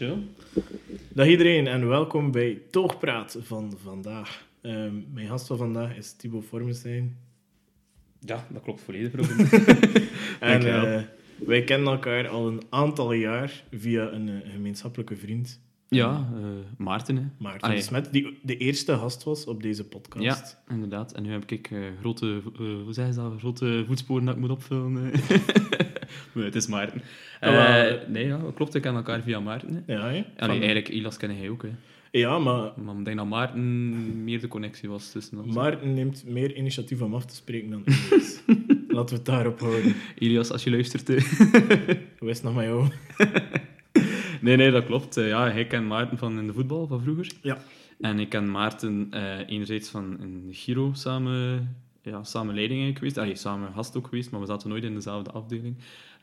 chill. Dag iedereen en welkom bij Toogpraat van vandaag. Mijn gast van vandaag is Thibaut Formenstein. Ja, dat klopt volledig, Robin. En wij kennen elkaar al een aantal jaar via een gemeenschappelijke vriend. Ja, Maarten. Hè. Maarten de Smet, die de eerste gast was op deze podcast. Ja, inderdaad. En nu heb ik grote, hoe zeg je dat, grote voetsporen dat ik moet opvullen. Maar het is Maarten. Nee, ja, klopt. Ik ken elkaar via Maarten. Hè. Ja, hè? Eigenlijk, Ilas ken jij ook. Hè. Ja, maar Ik denk dat Maarten meer de connectie was tussen ons. Maarten neemt meer initiatief om af te spreken dan Elias. Laten we het daarop houden. Ilias, als je luistert. Hoe is het nog met jou? Nee, dat klopt. Ja, hij kent Maarten van in de voetbal, van vroeger. Ja. En ik ken Maarten enerzijds van in de Giro samen leiding eigenlijk geweest. Allee, samen gast ook geweest, maar we zaten nooit in dezelfde afdeling.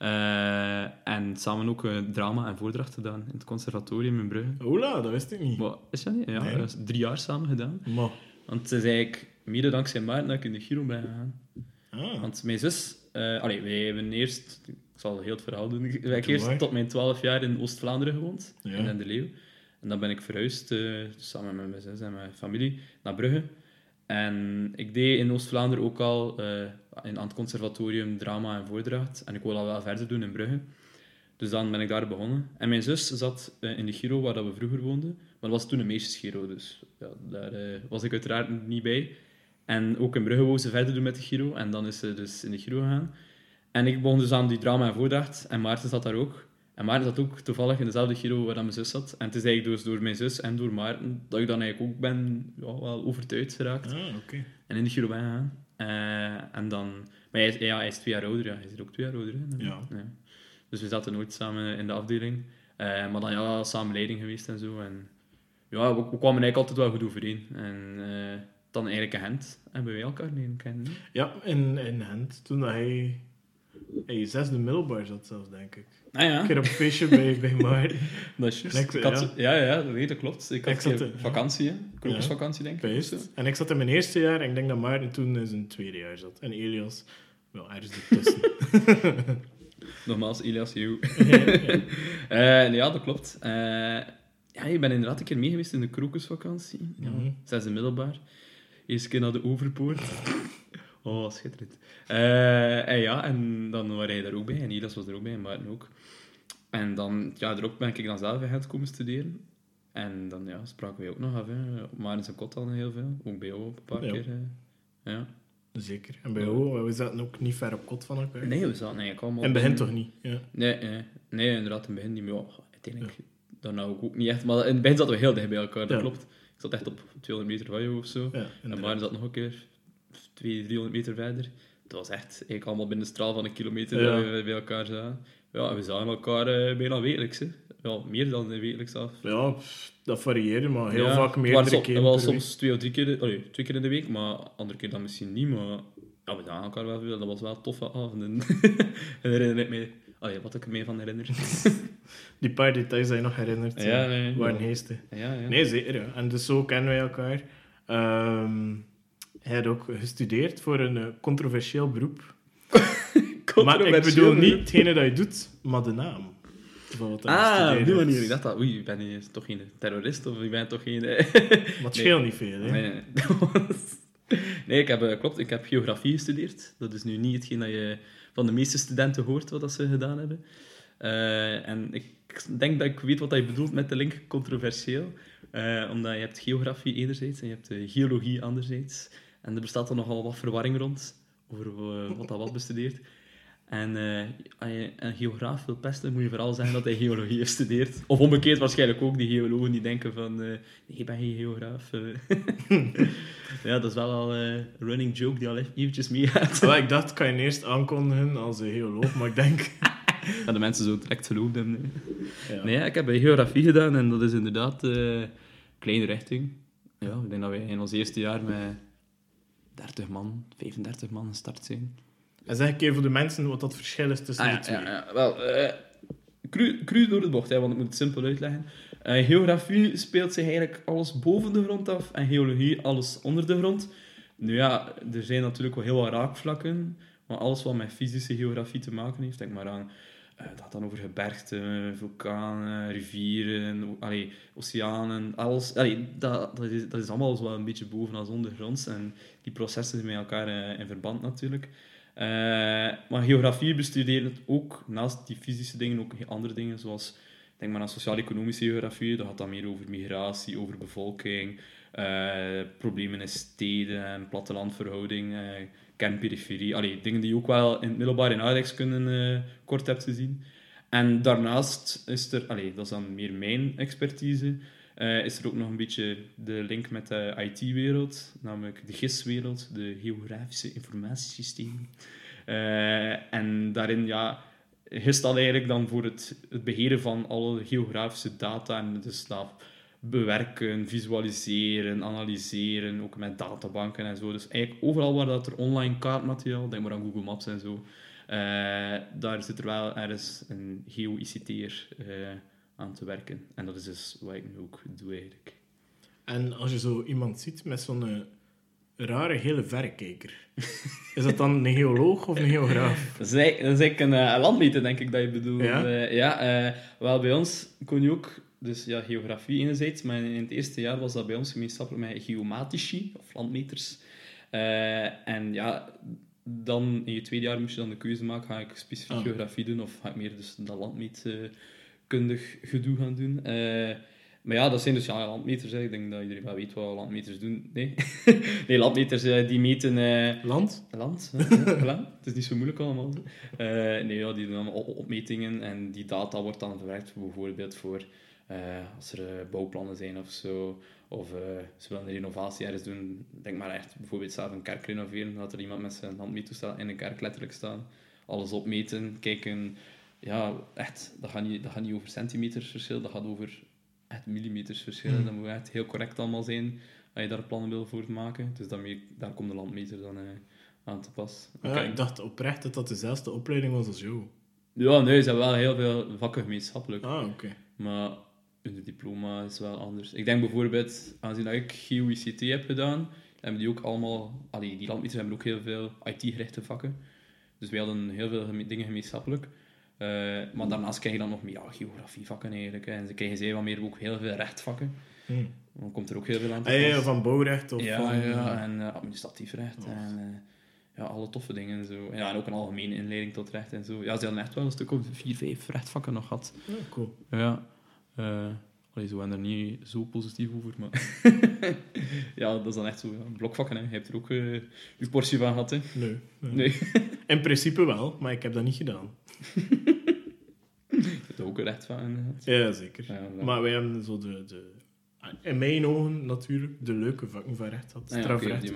En samen ook drama en voordracht gedaan in het conservatorium in Brugge. Ola, dat wist ik niet. Maar is dat niet? Ja, Nee. dat is 3 jaar samen gedaan. Maar, Want het is eigenlijk mede dankzij Maarten dat ik in de Giro ben gegaan. ah, Want mijn zus... wij hebben eerst... Ik zal heel het verhaal doen. Ik heb Doe eerst maar. tot mijn 12 jaar in Oost-Vlaanderen gewoond. Ja. In De Leeuw. En dan ben ik verhuisd, samen met mijn zus en mijn familie, naar Brugge. En ik deed in Oost-Vlaanderen ook al aan het conservatorium drama en voordracht. En ik wilde al wel verder doen in Brugge. Dus dan ben ik daar begonnen. En mijn zus zat in de Giro waar dat we vroeger woonden. Maar dat was toen een meisjesgiro, dus ja, daar was ik uiteraard niet bij. En ook in Brugge wou ze verder doen met de Giro. En dan is ze dus in de Giro gegaan. En ik begon dus aan die drama en voordracht. En Maarten zat daar ook. En Maarten zat ook toevallig in dezelfde Giro waar dan mijn zus zat. En het is eigenlijk dus door mijn zus en door Maarten dat ik dan eigenlijk ook ben wel overtuigd geraakt. oké. En in de Giro ben gegaan. En dan... Maar hij is 2 jaar ouder. Ja. Hij is er ook 2 jaar ouder. Hè, Ja. Dus we zaten nooit samen in de afdeling. Maar dan ja, samen leiding geweest en zo. En ja, we kwamen eigenlijk altijd wel goed overeen. En dan eigenlijk in Gent hebben wij elkaar leren kennen. Hè. Ja, in Gent, toen hij 6e middelbaar zat zelfs, denk ik. Ah ja. Een keer op een feestje bij Maarten. Dat is juist. Ik- Ik had, ja, dat klopt. Ik had Ik zat een vakantie, hè. Krokusvakantie, denk ik. Feest. of zo. En ik zat in mijn eerste jaar en ik denk dat Maarten toen in zijn tweede jaar zat. En Elias, wel, ergens ertussen. Nogmaals, Elias, you. Ja. Ja, dat klopt. Ja, ik ben inderdaad een keer mee geweest in de krokusvakantie. Ja, Mhm. 6e middelbaar. Eerste keer naar de Overpoort. Oh, schitterend. En dan waren jij daar ook bij. En Elias was er ook bij, en Maarten ook. En dan, ja, erop ben ik dan zelf in Gent komen studeren. En dan ja, spraken we ook nog af. Hè. Op Maarten zijn kot al heel veel. Ook bij jou op een paar Ja. keer. Ja. Zeker. En bij jou, we zaten ook niet ver op kot van elkaar. Nee, we zaten eigenlijk allemaal... In het begin toch niet? Ja. Nee, inderdaad, in het begin niet. Maar ja, uiteindelijk, daarna ook niet echt. Maar in het begin zaten we heel dicht bij elkaar, dat Ja. klopt. Ik zat echt op 200 meter van jou of zo. Ja, En inderdaad. Maarten zat nog een keer 200-300 meter verder. Het was echt eigenlijk allemaal binnen de straal van een kilometer Ja. dat we bij elkaar zaten. Ja, en we zagen elkaar bijna wekelijks. Hè. Ja, meer dan wekelijks af. Ja, dat varieerde, maar heel Ja, vaak het waren meerdere keren wel per soms 2 of 3 keer, 2 keer in de week, maar andere keer dan misschien niet. Maar ja, we zagen elkaar wel veel. Dat was wel toffe avonden. En herinner ik me... wat ik me van herinner. week. Die paar details die je nog herinnert, Ja, nee. waren geestig. Ja. Nee, zeker. Ja. En dus zo kennen wij elkaar. Hij had ook gestudeerd voor een controversieel beroep. Maar ik bedoel niet hetgene dat je doet, maar de naam. Van wat hij Op gestudeerd die heeft. manier. Ik dacht dat... Oei, ben je toch geen terrorist? Of je bent toch geen... Maar het scheelt niet veel, hè? Nee. Nee, klopt. Ik heb geografie gestudeerd. Dat is nu niet hetgeen dat je van de meeste studenten hoort, wat dat ze gedaan hebben. En ik denk dat ik weet wat je bedoelt met de link controversieel. Omdat je hebt geografie enerzijds en je hebt geologie anderzijds. En er bestaat er nogal wat verwarring rond over wat dat wat bestudeert. En als je een geograaf wil pesten, moet je vooral zeggen dat hij geologie heeft gestudeerd. Of omgekeerd waarschijnlijk ook, die geologen die denken van... nee, ik ben geen geograaf. Ja, dat is wel al een running joke die al eventjes meegaat. Wel, ik dacht, kan je eerst aankondigen als een geoloog, maar ik denk... Dat de mensen zo direct geloofd hebben. Ja. Nee, ik heb geografie gedaan en dat is inderdaad kleine richting. Ja, ik denk dat wij in ons eerste jaar met 30 man, 35 man gestart zijn. En zeg een keer voor de mensen wat dat verschil is tussen de twee. Ja. Wel, cru door de bocht, hè, want ik moet het simpel uitleggen. Geografie speelt zich eigenlijk alles boven de grond af en geologie alles onder de grond. Nu ja, er zijn natuurlijk wel heel wat raakvlakken, maar alles wat met fysische geografie te maken heeft, denk maar aan dat gaat dan over gebergten, vulkanen, rivieren, oceanen, alles. Dat is allemaal zo wel een beetje boven als ondergronds. En die processen zijn met elkaar in verband natuurlijk. Maar geografie bestudeert ook, naast die fysische dingen, ook andere dingen, zoals, denk maar aan sociaal-economische geografie. Dat gaat dan meer over migratie, over bevolking, problemen in steden en plattelandverhouding, kernperiferie. Dingen die je ook wel in het middelbaar in aardrijkskunde kort hebt gezien. En daarnaast is er, dat is dan meer mijn expertise, is er ook nog een beetje de link met de IT-wereld, namelijk de GIS-wereld, de Geografische Informatiesystemen. En daarin, GIS staat eigenlijk dan voor het beheren van alle geografische data en dus bewerken, visualiseren, analyseren, ook met databanken en zo. Dus eigenlijk overal waar dat er online kaartmateriaal, denk maar aan Google Maps en zo, daar zit er wel ergens een geo-ICT'er aan te werken. En dat is dus wat ik nu ook doe eigenlijk. En als je zo iemand ziet met zo'n rare gele verrekijker, is dat dan een geoloog of een geograaf? Dat is eigenlijk een landmeter, denk ik dat je bedoelt. Ja? Wel, bij ons kon je ook... Dus geografie enerzijds, maar in het eerste jaar was dat bij ons gemeenschappelijk met geomatici, of landmeters. En dan in je tweede jaar moest je dan de keuze maken, ga ik specifiek geografie doen, of ga ik meer dus dat landmeetkundig gedoe gaan doen. Maar dat zijn dus landmeters. Ik denk dat iedereen wel weet wat landmeters doen. Nee, nee, landmeters die meten... Land? Land, voilà. Het is niet zo moeilijk allemaal. Die doen allemaal opmetingen en die data wordt dan verwerkt bijvoorbeeld voor als er bouwplannen zijn of zo. Of ze willen een renovatie ergens doen. Denk maar echt bijvoorbeeld zelf een kerk renoveren. Dat er iemand met zijn landmeettoestel in een kerk letterlijk staan. Alles opmeten, kijken. Ja, echt, dat gaat niet over centimeters verschil, dat gaat over echt millimeters verschil. Dat moet echt heel correct allemaal zijn als je daar plannen wil voor maken. Dus daar komt de landmeter dan aan te pas. Ja, ik dacht oprecht dat dat dezelfde opleiding was als jou. Ja, nee, ze hebben wel heel veel vakken gemeenschappelijk. Oké. Maar hun diploma is wel anders. Ik denk bijvoorbeeld, aangezien dat ik geo-ICT heb gedaan, hebben die ook allemaal... die landmeters hebben ook heel veel IT-gerichte vakken. Dus wij hadden heel veel dingen gemeenschappelijk. Maar daarnaast krijg je dan nog meer geografievakken eigenlijk. En ze krijgen zij wat meer ook heel veel rechtvakken. Dan komt er ook heel veel aan te pas. Van bouwrecht of van... Ja, en administratief recht. En alle toffe dingen en zo. Ja, en ook een algemene inleiding tot recht en zo. Ja, ze hadden echt wel een stuk of 4-5 rechtvakken nog gehad. Ja, cool. Ja. Zo waren er niet zo positief over, maar... ja, dat is dan echt zo. Blokvakken, hè. Je hebt er ook je portie van gehad, hè. Nee. In principe wel, maar ik heb dat niet gedaan. Je hebt ook een recht van gehad. Ja, zeker. Ja, maar wij hebben zo in mijn ogen natuurlijk de leuke vakken van recht gehad. Strafrecht.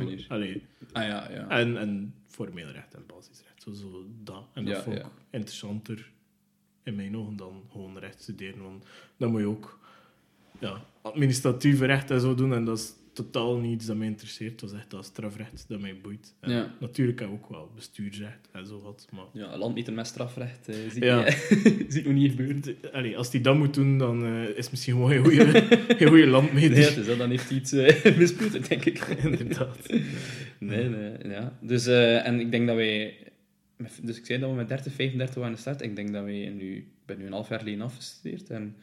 En formeel recht en basisrecht. Zo dat. En dat vond ik interessanter in mijn ogen dan gewoon recht studeren. Want dan moet je ook administratieve recht en zo doen. En dat is totaal niet iets dat mij interesseert. Dat is echt dat strafrecht dat mij boeit. En natuurlijk heb ik ook wel bestuursrecht en zo wat. Maar... Ja, landmeter met strafrecht zie ik nog niet gebeuren. Als die dat moet doen, dan is het misschien gewoon een goede landmeter. Nee, dan heeft hij iets mispoeterd, denk ik. Inderdaad. Ja. Dus, en ik denk dat wij... Dus ik zei dat we met 30, 35 waren gestart. Ik denk dat wij ik ben nu een half jaar geleden afgestudeerd. En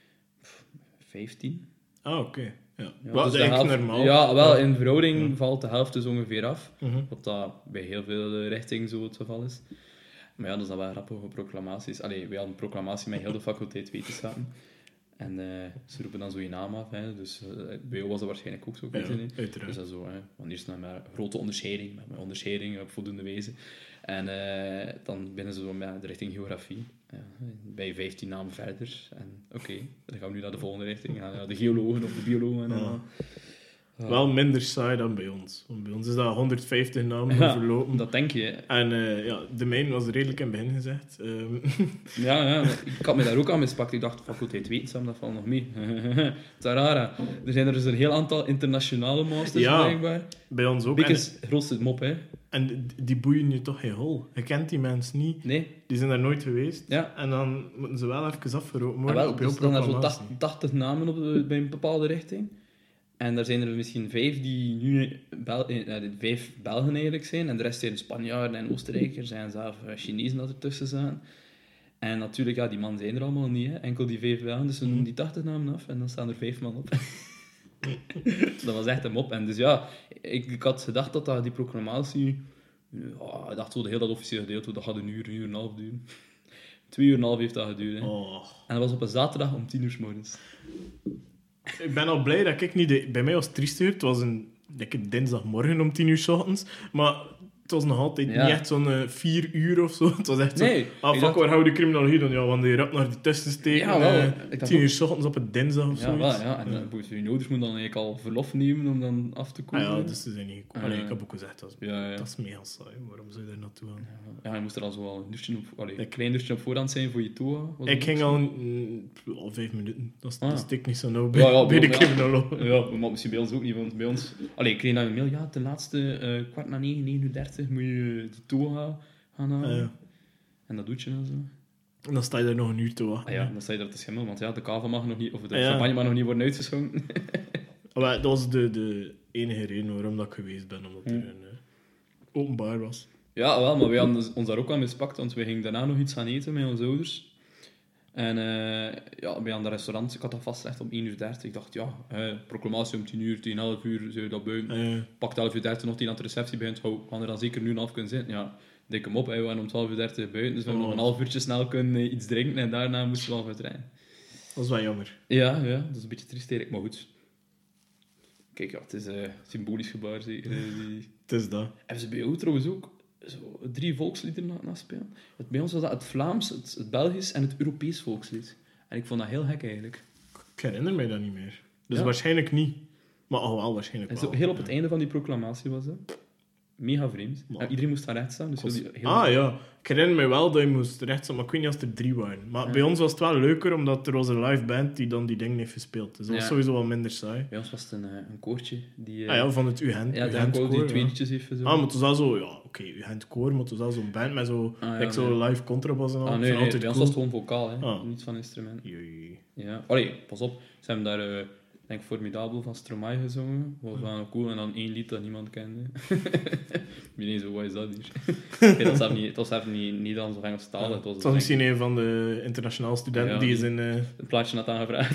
15. Oké. Ja. Wat is eigenlijk normaal. Ja, wel, in verhouding valt de helft dus ongeveer af. Wat dat bij heel veel richtingen zo het geval is. Maar dat is dan wel grappige proclamaties. We hadden een proclamatie met heel de faculteit wetenschappen. En ze roepen dan zo je naam af. Hè. Dus bij jou was dat waarschijnlijk ook zo. Uiteraard. Dus dat is zo. Hè. Want eerst naar een grote onderscheiding. Met mijn onderscheiding op voldoende wijze. En dan binnen ze zo met de richting geografie. Bij 15 namen verder. En dan gaan we nu naar de volgende richting. Naar de geologen of de biologen. Wel minder saai dan bij ons. Want bij ons is dat 150 namen verlopen. Dat denk je. En de mijne was redelijk in het begin gezegd. Ik had me daar ook aan mispakt. Ik dacht, faculteit wetenschap, dat valt nog mee. Tarara. Er zijn er dus een heel aantal internationale masters blijkbaar. Bij ons ook. Bieke is het grootste mop, hè. En die boeien je toch geen hol. Je kent die mensen niet. Nee. Die zijn daar nooit geweest. Ja. En dan moeten ze wel even afgeroepen worden op jouw dus dan er zo 80 namen bij een bepaalde richting. En daar zijn er misschien 5 die nu 5 Belgen eigenlijk zijn. En de rest zijn Spanjaarden en Oostenrijkers en zelf Chinezen dat ertussen zijn. En natuurlijk, ja, die man zijn er allemaal niet, hè. Enkel die 5 dagen, dus ze doen die 80 namen af en dan staan er 5 man op. Dat was echt een mop. En dus ja, ik had gedacht dat die proclamatie... Ja, ik dacht zo de hele dat officieel gedeelte, dat gaat een uur en een half duren. 2 uur en een half heeft dat geduurd. Hè. Oh. En dat was op een zaterdag om 10 uur 's morgens. Ik ben al blij dat ik niet... Bij mij was het triest uur. Het was een dinsdagmorgen om 10 uur 's ochtends. Maar het was nog altijd niet echt zo'n 4 uur of zo. Het was echt zo... waar gaan we de criminologie doen? Ja, want je rapt naar die tussen steken. Ja, wel. 10 uur 's ochtends op een dinsdag of zo. Ja, wel, ja. En je ouders moeten dan eigenlijk al verlof nemen om dan af te komen. Ja, dus ze zijn niet gekomen. Ik heb ook gezegd, dat is mega saai. Waarom zou je daar naartoe gaan? Ja, je moest er al zo al een klein uurtje op voorhand zijn voor je toe. Ik ging al 5 minuten. Dat is technisch zo nauw bij de criminoloog. Ja, maar misschien bij ons ook niet, want bij ons... Ik kreeg dan een mail, ten laatste 8:45, 9:30 moet je de toe gaan halen. En dat doet je dan zo. En dan sta je daar nog een uur te wachten. Dan sta je daar te schimmelen, want de kava mag nog niet, of de champagne mag nog niet worden uitgeschonken. Dat was de enige reden waarom dat ik geweest ben, omdat er een openbaar was. Ja, wel, maar wij hadden ons daar ook aan mispakt, want wij gingen daarna nog iets gaan eten met onze ouders. En bij aan dat restaurant, ik had dat vastgelegd om 1:30. Ik dacht, proclamatie om 10 uur, 10:30 uur, zou je dat buiten. Pakt 11:30 nog die aan de receptie begint, gaan er dan zeker nu een half kunnen zitten. Ja, dik hem op, we waren om 12:30 buiten, dus we hebben nog een half uurtje snel kunnen iets drinken en daarna moesten we al vertrekken. Dat is wel jammer. Ja, dat is een beetje triest eigenlijk, maar goed. Kijk, het is een symbolisch gebaar, zeker. Het is dat. Hebben ze bij jou trouwens ook zo 3 volksliederen na spelen? Bij ons was dat het Vlaams, het Belgisch en het Europees volkslied. En ik vond dat heel gek eigenlijk. Ik herinner mij dat niet meer. Dus waarschijnlijk niet. Maar wel waarschijnlijk en wel. Zo heel op het einde van die proclamatie was dat. Mega vreemd. Iedereen moest daar recht staan. Dus ja. Ik herinner me wel dat je moest recht staan, maar ik weet niet als er 3 waren. Maar bij ons was het wel leuker, omdat er was een live band die dan die dingen heeft gespeeld. Dus dat was sowieso wel minder saai. Bij ons was het een koortje. Die, van het UGent. Ja, die 2 liedjes heeft gezongen. Maar het was wel zo... UGent koor, maar het was wel zo'n band met zo live contrabas en al. Nee, bij ons was het gewoon vocaal, hè. Niet van instrumenten. Ja. Pas op. Ze hebben daar... Ik denk Formidabel van Stromae gezongen. Dat was wel cool. En dan 1 lied dat niemand kende. Ik zo, wat is dat hier? Het was even niet dan zo Engels taal. Het was misschien een van de internationale studenten die zijn... het plaatje had aangevraagd.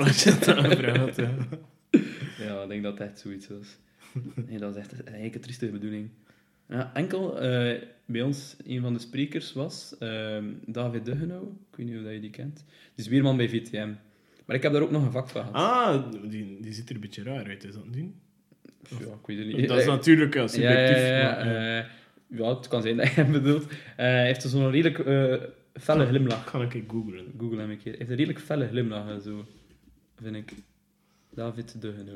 Ja, ik denk dat het echt zoiets was. Nee, dat was echt eigenlijk een trieste bedoeling. Ja, enkel bij ons, een van de sprekers was David Duggenau. Ik weet niet of je die kent. Die is weerman bij VTM. Maar ik heb daar ook nog een vak van gehad. Die ziet er een beetje raar uit, is dat niet? Ja, ik weet het niet. Dat is natuurlijk subjectief. Ja, het kan zijn dat je hem bedoelt. Hij heeft zo'n redelijk felle glimlach. Ga ik googlen. Google hem een keer. Hij heeft een redelijk felle glimlach, zo, vind ik. David Duggenau.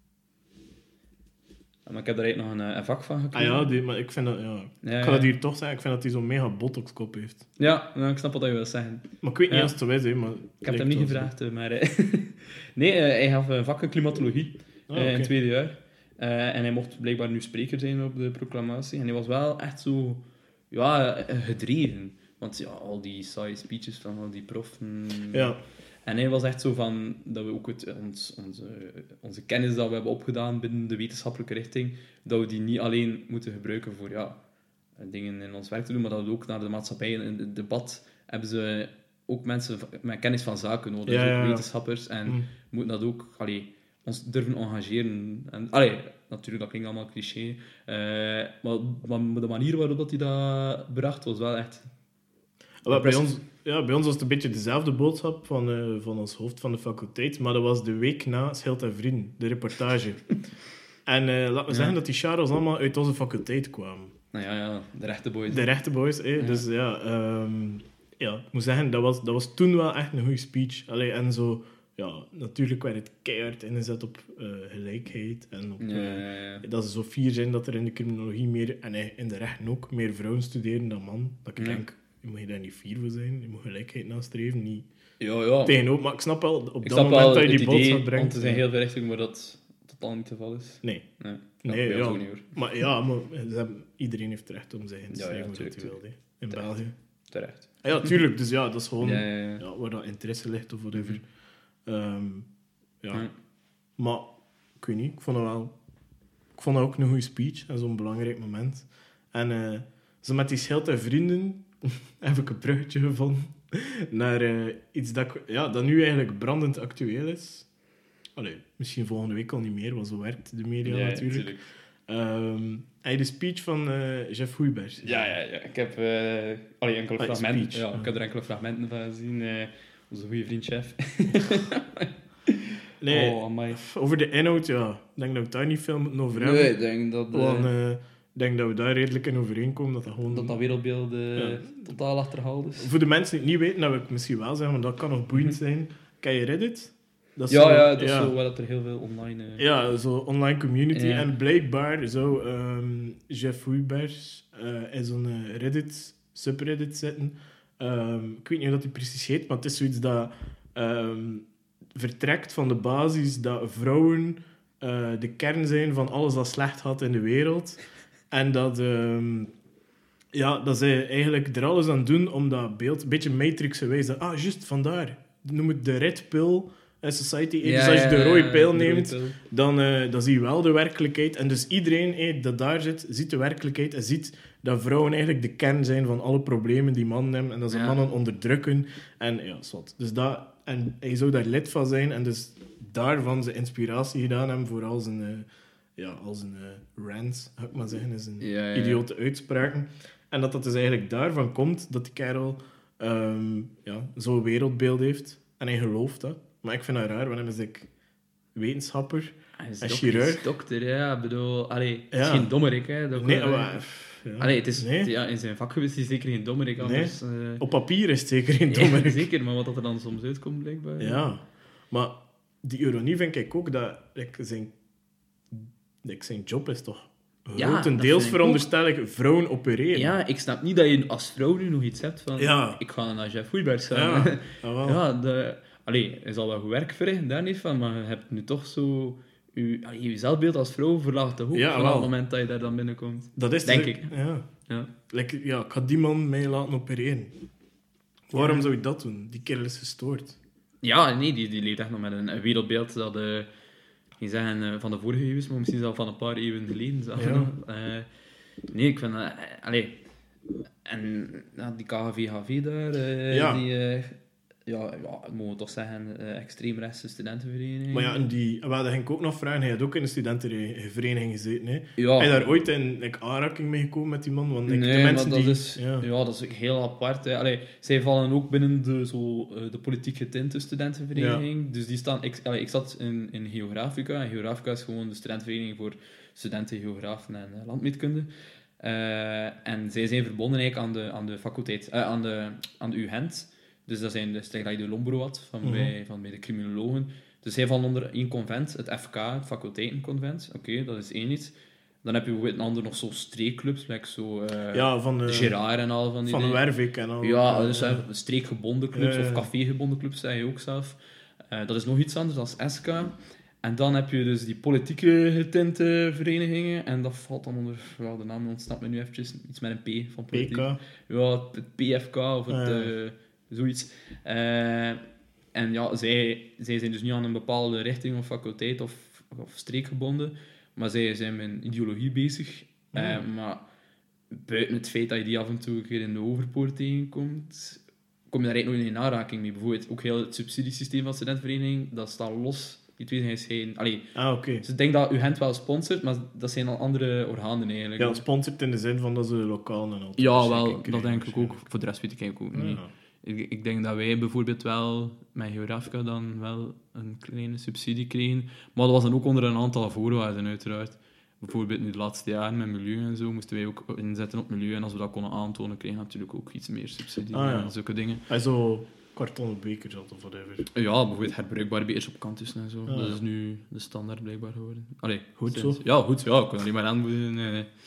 Maar ik heb daar eigenlijk nog een vak van gekregen. Maar ik vind dat... ik ga dat hier toch zeggen. Ik vind dat hij zo'n mega botoxkop heeft. Ja, ik snap wat je wil zeggen. Maar ik weet niet als het zo is, maar... Ik heb hem niet gevraagd, maar... nee, hij gaf een vak in klimatologie in het tweede jaar. En hij mocht blijkbaar nu spreker zijn op de proclamatie. En hij was wel echt zo... gedreven. Want al die saaie speeches van al die proffen... Ja. En hij was echt zo van... Dat we ook onze kennis dat we hebben opgedaan binnen de wetenschappelijke richting, dat we die niet alleen moeten gebruiken voor dingen in ons werk te doen, maar dat we ook naar de maatschappij in het debat hebben ze ook mensen met kennis van zaken nodig. Dus ook wetenschappers. En moeten dat ook... ons durven engageren. En, natuurlijk, dat klinkt allemaal cliché. Maar de manier waarop dat hij dat bracht, was wel echt... Bij ons was het een beetje dezelfde boodschap van ons hoofd van de faculteit, maar dat was de week na Schild en Vrienden, de reportage. En laten we zeggen dat die Charles allemaal uit onze faculteit kwamen. Nou de rechte boys. De rechte boys, Dus ik moet zeggen, dat was toen wel echt een goede speech. En zo... Ja, natuurlijk werd het keihard ingezet op gelijkheid. En op, dat ze zo fier zijn dat er in de criminologie meer, en in de rechten ook, meer vrouwen studeren dan man. Dat ik denk, je moet je daar niet fier voor zijn. Je moet gelijkheid nastreven, niet tegenover. Maar ik snap wel, op dat moment dat je die boodschap brengt... Want er zijn heel veel richtingen waar dat totaal niet het geval is. Nee, ook niet, hoor. Maar iedereen heeft het recht om zich in te schrijven wat hij wil. In België. Terecht. Ja, tuurlijk. Dus dat is gewoon waar dat interesse ligt of whatever. Maar ik weet niet, ik vond dat ook een goede speech en zo'n belangrijk moment. En zo met die Schild en Vrienden, heb ik een bruggetje gevonden naar iets dat nu eigenlijk brandend actueel is. Allee, misschien volgende week al niet meer, want zo werkt de media natuurlijk. Heb je de speech van Jeff Huybers? Ja. Ik heb enkele fragmenten. Ja, ik heb er enkele fragmenten van gezien. Onze goede vriend Chef. Nee, amai. over de inhoud, ja. Ik denk dat we daar niet veel moeten over hebben. Nee, ik denk dat... Ik denk dat we daar redelijk in overeenkomen. Dat wereldbeeld totaal achterhaald is. Voor de mensen die het niet weten, dat wil ik misschien wel zeggen, maar dat kan nog boeiend zijn. Ken je Reddit? Dat is dat is zo waar dat er heel veel online... Ja, zo online community. Ja. En blijkbaar zou Jeff Huybers in zo'n Reddit, subreddit zitten. Ik weet niet hoe dat hij precies heet, maar het is zoiets dat vertrekt van de basis dat vrouwen de kern zijn van alles dat slecht gaat in de wereld. En dat... dat zij eigenlijk er alles aan doen om dat beeld... Een beetje Matrix-gewijs. Juist, vandaar. Noem het de red pill society. Dus als je de rode pil neemt, dan zie je wel de werkelijkheid. En dus iedereen dat daar zit, ziet de werkelijkheid en ziet dat vrouwen eigenlijk de kern zijn van alle problemen die mannen hebben. En dat ze mannen onderdrukken. En ja, zwart. Dus en hij zou daar lid van zijn. En dus daarvan zijn inspiratie gedaan hebben voor al zijn... als een rant, ga ik maar zeggen, is een idiote uitspraken. En dat dus eigenlijk daarvan komt dat die kerel zo'n wereldbeeld heeft. En hij gelooft dat. Maar ik vind dat raar, want hij is wetenschapper en chirurg. Dokter, ja. Ik bedoel, het is geen dommerik, hè. Het is, in zijn vakgebied is hij zeker geen dommerik. Anders, op papier is het zeker geen dommerik. Zeker, maar wat er dan soms uitkomt, blijkbaar. Ja, maar die ironie vind ik ook dat zijn job is toch grotendeels veronderstel ik vrouwen opereren. Ja, ik snap niet dat je als vrouw nu nog iets hebt van... Ik ga naar Jeff Huybers gaan. Je zal wel goed werk verrichten, daar niet van, maar je hebt nu toch zo... Je zelfbeeld als vrouw verlaagt toch ook vanaf het moment dat je daar dan binnenkomt. Dat is denk ik. Ik ga die man mij laten opereren. Waarom zou je dat doen? Die kerel is gestoord. Ja, nee, die leeft echt nog met een wereldbeeld dat... Je zeggen van de vorige eeuw is, maar misschien zelfs van een paar eeuwen geleden. Nee, ik vind... en die KVHV daar, mogen we toch zeggen, extreemrechtse studentenvereniging. Maar ja, en die wilde ik ook nog vragen. Hij had ook in een studentenvereniging gezeten. Hè? Ja. Heb je daar ooit in aanraking mee gekomen met die man? Want nee, de mensen maar dat is heel apart. Hè. Zij vallen ook binnen de politiek getinte studentenvereniging. Ja. Dus die staan... Ik zat in Geografica. En Geografica is gewoon de studentenvereniging voor studenten, geografen en landmeetkunde. En zij zijn verbonden eigenlijk aan de faculteit... aan de UGent. Dus dat zijn de Lombro had van bij de criminologen. Dus zij vallen onder één convent, het FK, het faculteitenconvent. Oké, dat is één iets. Dan heb je bijvoorbeeld een ander nog zo streekclubs, like van de Gerard en al van die van de Wervik en al. Ja, dus streekgebonden clubs of cafégebonden clubs, zeg je ook zelf. Dat is nog iets anders dan SK. En dan heb je dus die politieke getinte verenigingen. En dat valt dan onder... de naam ontsnapt me nu eventjes. Iets met een P van politiek. PK. Ja, het PFK of het... Zoiets. En ja, zij zijn dus niet aan een bepaalde richting of faculteit of streek gebonden, maar zij zijn met een ideologie bezig. Maar buiten het feit dat je die af en toe een keer in de overpoort tegenkomt, kom je daar eigenlijk nooit in aanraking mee. Bijvoorbeeld ook heel het subsidiesysteem van de studentenvereniging, dat staat los. Die twee zijn geen... oké. Dus ik denk dat UGent wel sponsort, maar dat zijn al andere organen eigenlijk. Ja, sponsort in de zin van dat ze lokaal en al. Ja, wel, dat denk ik ook. Voor de rest weet ik eigenlijk ook niet. Ik denk dat wij bijvoorbeeld wel met Geografica dan wel een kleine subsidie kregen. Maar dat was dan ook onder een aantal voorwaarden, uiteraard. Bijvoorbeeld nu de laatste jaren met milieu en zo moesten wij ook inzetten op milieu. En als we dat konden aantonen, kregen we natuurlijk ook iets meer subsidie en zulke dingen. En zo kartonnen bekers had of whatever. Ja, bijvoorbeeld herbruikbare bekers op campus en zo. Dat is nu de standaard blijkbaar geworden. Goed zo. Ja, goed. Ja, ik kan er niet meer aanmoedigen.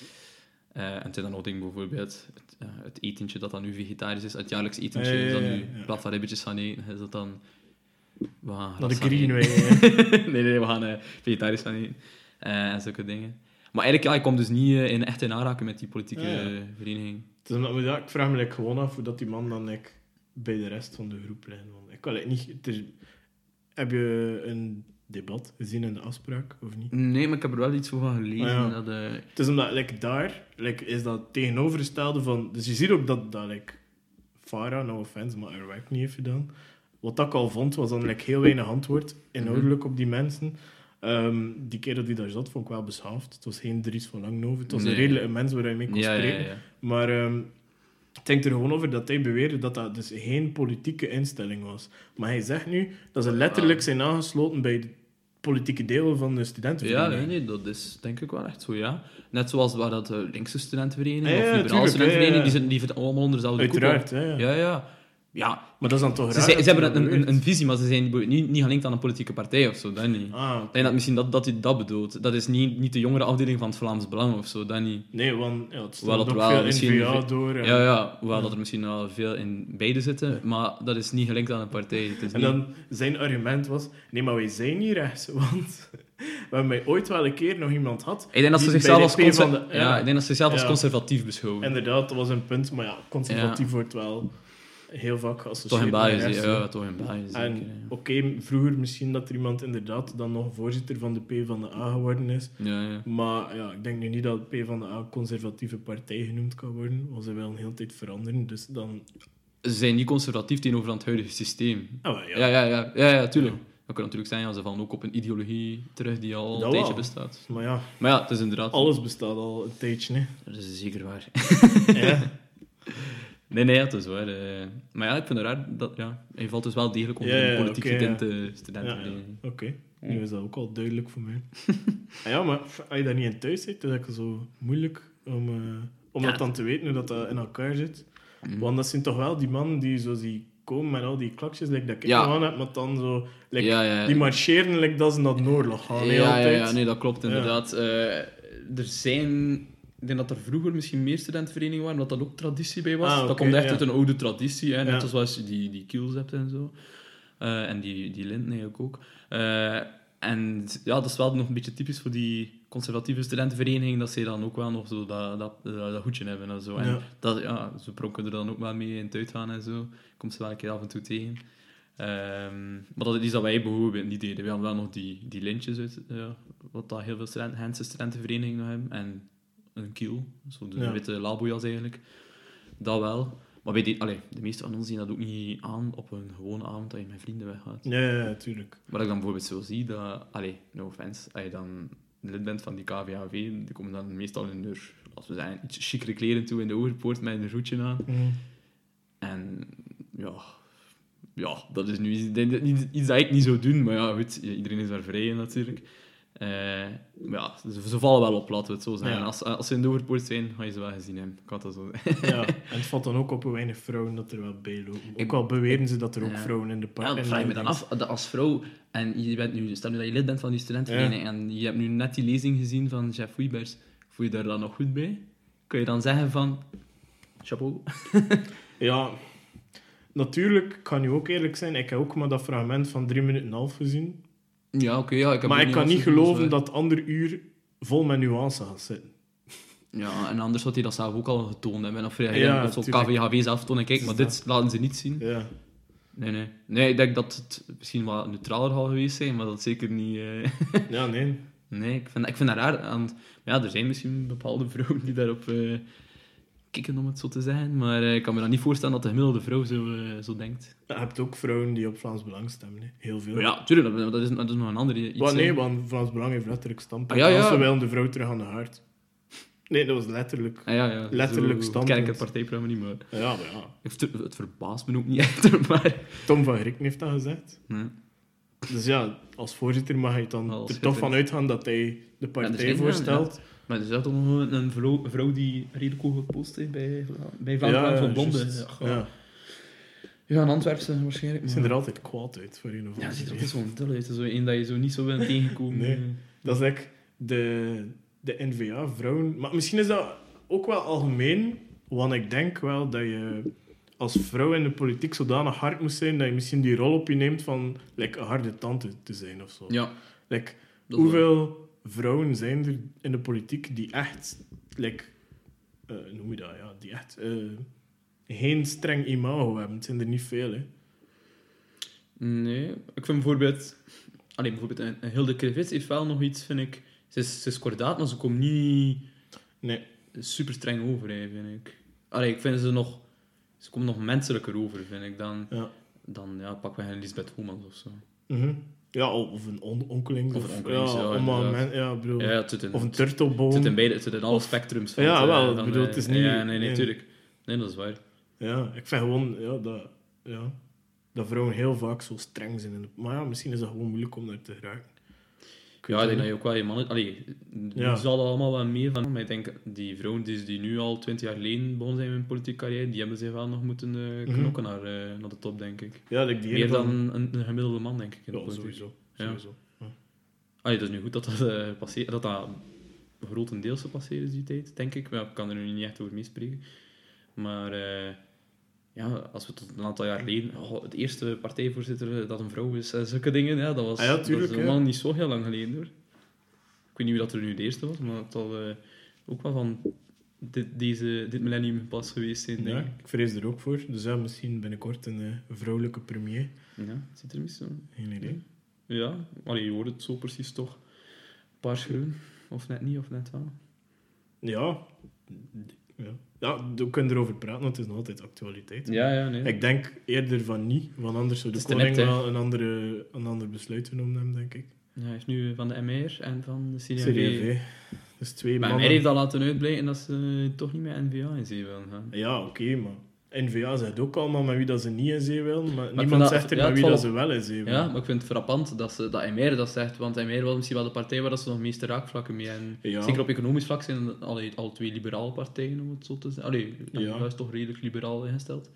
En het zijn dan ook dingen, bijvoorbeeld het etentje dat dan nu vegetarisch is, het jaarlijks etentje, is dan nu in plaats van ribbetjes gaan eten, is dat dan... Dat de greenway, nee, we gaan vegetarisch gaan eten. En zulke dingen. Maar eigenlijk, ik kom dus niet echt in aanraken met die politieke vereniging. Dus, ik vraag me gewoon af hoe dat die man dan bij de rest van de groep ligt. Ik kan niet... Heb je een debat gezien in de afspraak, of niet? Nee, maar ik heb er wel iets van gelezen. Het is omdat daar is dat tegenovergestelde van... Dus je ziet ook dat Farah, no offense, maar haar werk niet heeft gedaan. Wat ik al vond, was dan heel weinig antwoord inhoudelijk op die mensen. Die keer dat hij daar zat, vond ik wel beschaafd. Het was geen Dries van Langenhoven. Het was een redelijke mens waar hij mee kon spreken. Ja. Maar ik denk er gewoon over dat hij beweerde dat dat dus geen politieke instelling was. Maar hij zegt nu dat ze letterlijk zijn aangesloten bij de politieke deel van de studentenvereniging. Ja, nee, dat is denk ik wel echt zo, ja. Net zoals waar dat de linkse studentenvereniging of liberale tuurlijk, studentenvereniging, die zitten allemaal onder dezelfde koepel. Uiteraard, Ja. Maar dat is dan toch raar? Ze hebben een visie, maar ze zijn niet gelinkt aan een politieke partij of zo, dat niet. Ik denk dat misschien dat hij dat bedoelt. Dat is niet de jongere afdeling van het Vlaams Belang of zo, dat niet. Nee, want het staat Hoewel ook er wel veel N-VA door. Hoewel dat er misschien wel veel in beide zitten, maar dat is niet gelinkt aan een partij. Het is En dan zijn argument was, nee, maar wij zijn niet rechts, want we hebben mij ooit wel een keer nog iemand had... Ik denk dat ze die zichzelf bij als, de P van de- ik denk dat ze zichzelf als conservatief beschouwen. Inderdaad, dat was een punt, maar conservatief wordt wel heel vaak geassocieerd Toch in met België, rechts, ja, toch in België zeker. En oké, vroeger misschien dat er iemand inderdaad dan nog voorzitter van de PvdA geworden is. Ja. Maar ik denk nu niet dat PvdA een conservatieve partij genoemd kan worden. Want ze willen een hele tijd veranderen, dus dan... Ze zijn niet conservatief tegenover het huidige systeem. Ja. Tuurlijk. Dat kan natuurlijk zijn, ze vallen ook op een ideologie terug die al een tijdje bestaat. Maar ja, het is inderdaad... alles bestaat al een tijdje, hè. Dat is zeker waar. Ja. Nee, het is waar. Maar ik vind het raar dat... Ja, hij valt dus wel degelijk onder een politiek gedinte studentenvereniging. Oké. Nu is dat ook al duidelijk voor mij. Maar als je daar niet in thuis zit, is het zo moeilijk om dat dan te weten, hoe dat in elkaar zit. Want dat zijn toch wel die mannen die zo komen met al die klakjes, dat ik aan heb, maar dan zo... Die marcheren dat ze naar de oorlog gaan. Nee, dat klopt inderdaad. Er zijn... Ik denk dat er vroeger misschien meer studentenverenigingen waren, dat ook traditie bij was. Dat komt echt uit een oude traditie, hè? Net zoals je die Kiels hebt en zo. En die Linden eigenlijk ook. En dat is wel nog een beetje typisch voor die conservatieve studentenvereniging, dat ze dan ook wel nog zo dat hoedje hebben en zo. En ze pronken er dan ook wel mee in het uitgaan en zo. Komt ze wel een keer af en toe tegen. Maar dat is iets dat wij bijvoorbeeld niet deden. We hadden wel nog die lintjes uit, wat dat heel veel Gentse studentenverenigingen nog hebben. En een kiel, zo de witte labojas eigenlijk. Dat wel. Maar de meeste van ons zien dat ook niet aan op een gewone avond dat je met vrienden weggaat. Ja, tuurlijk. Wat ik dan bijvoorbeeld zo zie, dat... no offense. Als je dan lid bent van die KVAV, die komen dan meestal in hun, als we zeggen, iets chicere kleren toe in de Overpoort met een roetje aan. En dat is nu iets dat ik niet zou doen, maar goed, iedereen is daar vrij in natuurlijk. Ze vallen wel op, laten we het zo zeggen. Als ze in de Overpoort zijn, ga je ze wel gezien hebben. Ik had dat zo en het valt dan ook op hoe weinig vrouwen dat er wel bij lopen. Ook al beweren ze dat er ook vrouwen in de partij zijn. Ja, vraag je me dan af, als vrouw, en je bent nu, stel nu dat je lid bent van die studentenvereniging, en je hebt nu net die lezing gezien van Jeff Wiebers, voel je daar dan nog goed bij? Kun je dan zeggen van, chapeau? Ja, natuurlijk, kan je ook eerlijk zijn, ik heb ook maar dat fragment van 3 minuten en half gezien. Ja, oké. Maar ik kan niet geloven dat het andere uur vol met nuance gaat zitten. Ja, en anders had hij dat zelf ook al getoond hebben. Of zo'n KVHV zelf tonen, kijk, maar dit laten ze niet zien. Ja. Nee, ik denk dat het misschien wat neutraler had geweest zijn, maar dat zeker niet... Ja, nee. Nee, ik vind dat raar. Er zijn misschien bepaalde vrouwen die daarop kikken, om het zo te zeggen. Maar ik kan me dan niet voorstellen dat de gemiddelde vrouw zo denkt. Je hebt ook vrouwen die op Vlaams Belang stemmen. Hè. Heel veel. Ja, tuurlijk. Dat is nog een andere iets. Want Vlaams Belang heeft letterlijk standpunt. Ja. Ze willen de vrouw terug aan de haard. Nee, dat was letterlijk. Letterlijk standpunt. Ik ken het partijprogramma niet, maar... Ja. Het verbaast me ook niet echt, maar... Tom van Grieken heeft dat gezegd. Nee. Dus als voorzitter mag je dan er toch van uitgaan dat hij de partij voorstelt. Ja. Maar er is toch nog een vrouw die redelijk hoog gepost heeft bij Vlaanderen van Blonde. Ja, een Antwerpse waarschijnlijk. Ze zien er altijd kwaad uit voor een of andere. Ja, ze ziet er altijd zo'n dul uit. Zo één dat je zo niet zo wil tegenkomen. Nee, dat is eigenlijk de N-VA-vrouwen. Maar misschien is dat ook wel algemeen, want ik denk wel dat je als vrouw in de politiek zodanig hard moet zijn dat je misschien die rol op je neemt van een harde tante te zijn of zo. Ja. Hoeveel vrouwen zijn er in de politiek die echt, hoe noem je dat, die echt geen streng imago hebben? Het zijn er niet veel, hè. Nee, ik vind bijvoorbeeld een Hilde Krevits heeft wel nog iets, vind ik. Ze is kordaat, maar ze komt niet super streng over, vind ik. Ik vind ze nog Ze komen nog menselijker over, vind ik, dan pakken we een Lisbeth Homans of zo. Ja, of een onkelings. Of een onkelings, bedoel, of een turtelboom. Het zit in alle spectrums van bedoel, het is niet... Ja, nee, natuurlijk. Nee, dat is waar. Ja, ik vind gewoon dat vrouwen heel vaak zo streng zijn. Maar ja, misschien is dat gewoon moeilijk om daar te geraken. Ik denk dat je ook wel je mannen... Nu zal dat allemaal wel mee van. Maar ik denk, die vrouwen die nu al 20 jaar geleden begonnen zijn met hun politieke carrière, die hebben zich wel nog moeten knokken naar de top, denk ik. Ja, meer dan een gemiddelde man, denk ik, in de politiek. Sowieso. Ja. Dat is nu goed dat dat grotendeels gepasseerd is, die tijd, denk ik. Maar ik kan er nu niet echt over meespreken. Maar... als we tot een aantal jaar geleden... het eerste partijvoorzitter dat een vrouw is, zulke dingen, dat was helemaal niet zo heel lang geleden, hoor. Ik weet niet wie dat er nu de eerste was, maar het zal ook wel van dit millennium pas geweest zijn, denk ik. Ik vrees er ook voor. Dus misschien binnenkort een vrouwelijke premier. Ja, het ziet er niet zo. Geen idee. Ja, je hoort het zo precies toch. Paars-groen. Of net niet, of net wel. Ja, we kunnen erover praten, want het is nog altijd actualiteit. Ja, nee. Ik denk eerder van niet, want anders zou de koning wel een ander besluit genomen hebben, denk ik. Ja, hij is nu van de MR en van de CD&V. Dus twee maar mannen. MR heeft al laten uitblijken dat ze toch niet met N-VA in zee willen gaan. Ja, oké, maar N-VA zegt ook allemaal met wie dat ze niet in zee willen, maar niemand zegt er met wie dat ze wel in zee willen. Ja, maar ik vind het frappant dat MR dat zegt, want MR was misschien wel de partij waar dat ze nog meeste raakvlakken mee hebben. Zeker op economisch vlak zijn al twee liberale partijen, om het zo te zeggen. N-VA is toch redelijk liberaal ingesteld.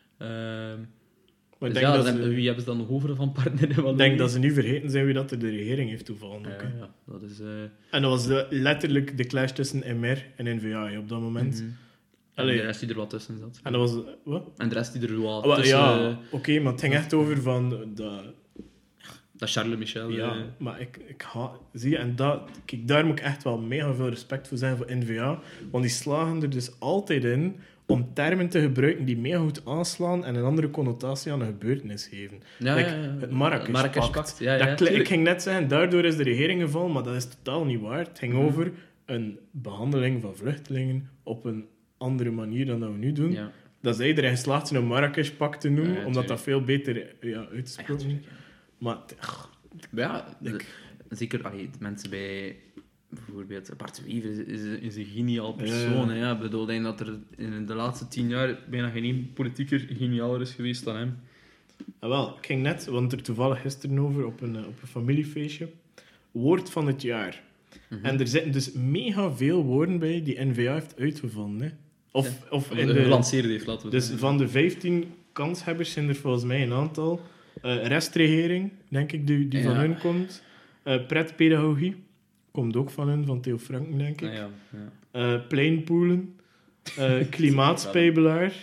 Maar wie hebben ze dan nog over van partner? Ik denk dat ze nu vergeten zijn wie dat er de regering heeft toevallig. Dat is... En dat was letterlijk de clash tussen MR en N-VA op dat moment. En de rest die er wat tussen zat. En dat was... Wat? En de rest die er wel tussen... Ja, oké, maar het ging echt over van... Dat Charles Michel... Ja, maar ik zie je, en daar moet ik echt wel mega veel respect voor zijn voor N-VA. Want die slagen er dus altijd in om termen te gebruiken die mega goed aanslaan en een andere connotatie aan een gebeurtenis geven. Het Marrakesh-pact. Ik ging net zeggen, daardoor is de regering gevallen, maar dat is totaal niet waar. Het ging over een behandeling van vluchtelingen op een andere manier dan dat we nu doen. Ja. Dat zij erin geslaagd zijn om Marrakesh-pact te noemen, omdat dat veel beter uitgesproken is. Maar... zeker de mensen bij... Bijvoorbeeld, Bart Wever is een geniaal persoon. Ik bedoel, ik denk dat er in de laatste 10 jaar bijna geen één politicus genialer is geweest dan hem. Wel, ik ging net, want er toevallig gisteren over op een familiefeestje, woord van het jaar. En er zitten dus mega veel woorden bij die N-VA heeft uitgevonden. Hè. Of gelanceerd heeft, laten we dus zeggen. Van de 15 kanshebbers zijn er volgens mij een aantal. Restregering, denk ik, die van hun komt. Pretpedagogie. Komt ook van hun, van Theo Franken, denk ik. Pleinpoelen. Klimaatspijbelaar.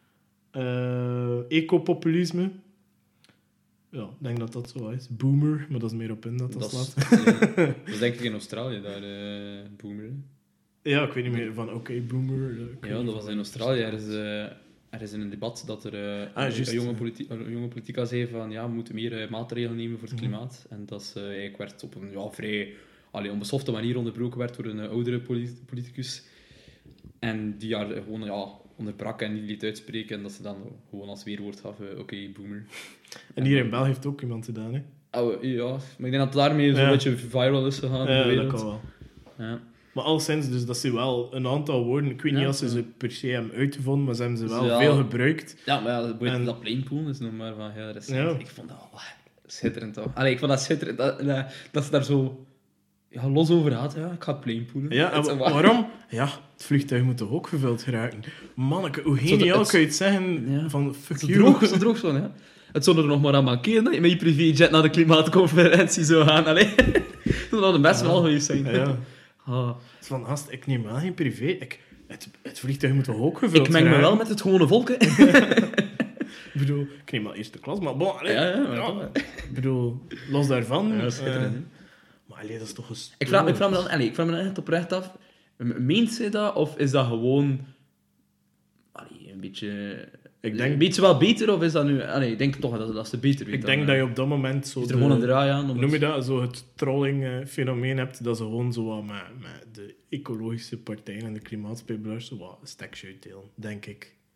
Ecopopulisme. Ja, ik denk dat dat zo is. Boomer, maar dat is meer op in dat slaat. Dat is denk ik in Australië, daar, boomer. Ja, ik weet niet meer van, boomer. Dat was in Australië. Er is in een debat dat er een jonge politica zei van, we moeten meer maatregelen nemen voor het klimaat. En dat ze eigenlijk werd op een vrij... onbesofte manier onderbroken werd door een oudere politicus. En die haar gewoon onderbrak en niet liet uitspreken. En dat ze dan gewoon als weerwoord gaf, boomer. En hier in België heeft ook iemand gedaan, hè? Ja, maar ik denk dat daarmee zo'n beetje viral is gegaan. Ja, dat kan wel. Ja. Maar alleszins, dus dat zijn wel een aantal woorden. Ik weet niet of ze per se hebben uitgevonden, maar ze hebben ze wel veel gebruikt. Ja, maar dat pleinpoelen is nog maar van heel recent. Ja. Ik vond dat schitterend, toch? Ik vond dat schitterend. Dat ze daar zo... los over had, ik ga pleinpoelen. Ja, en waarom? Ja, het vliegtuig moet toch ook gevuld geraken? Manneke, hoe geniaal kun je het zeggen van fuck you. Zo droog zo, hè. Het zou er nog maar aan mankeren dat je met je privéjet naar de klimaatconferentie zou gaan. Dat zou het best wel geweest zijn. Ja. Het is van, gast, ik neem wel geen privé. Het vliegtuig moet toch ook gevuld geraken? Ik meng me wel met het gewone volk, hè. Ik bedoel, ik neem wel eerste klas, maar bon, ik bedoel, los daarvan... Ja, dat is schitterend, hè. Maar dat is toch een... Ik vraag me dan echt oprecht af, meent zij dat, of is dat gewoon een beetje... een beetje wel beter, of is dat nu... ik denk toch dat ze beter weet. Ik denk dat je op dat moment zo... Is er gewoon een draai aan? Noem je dat? Zo het trolling-fenomeen hebt, dat ze gewoon zo wat met de ecologische partijen en de klimaatspijbelaars zo wat een stekje uitdelen, denk ik.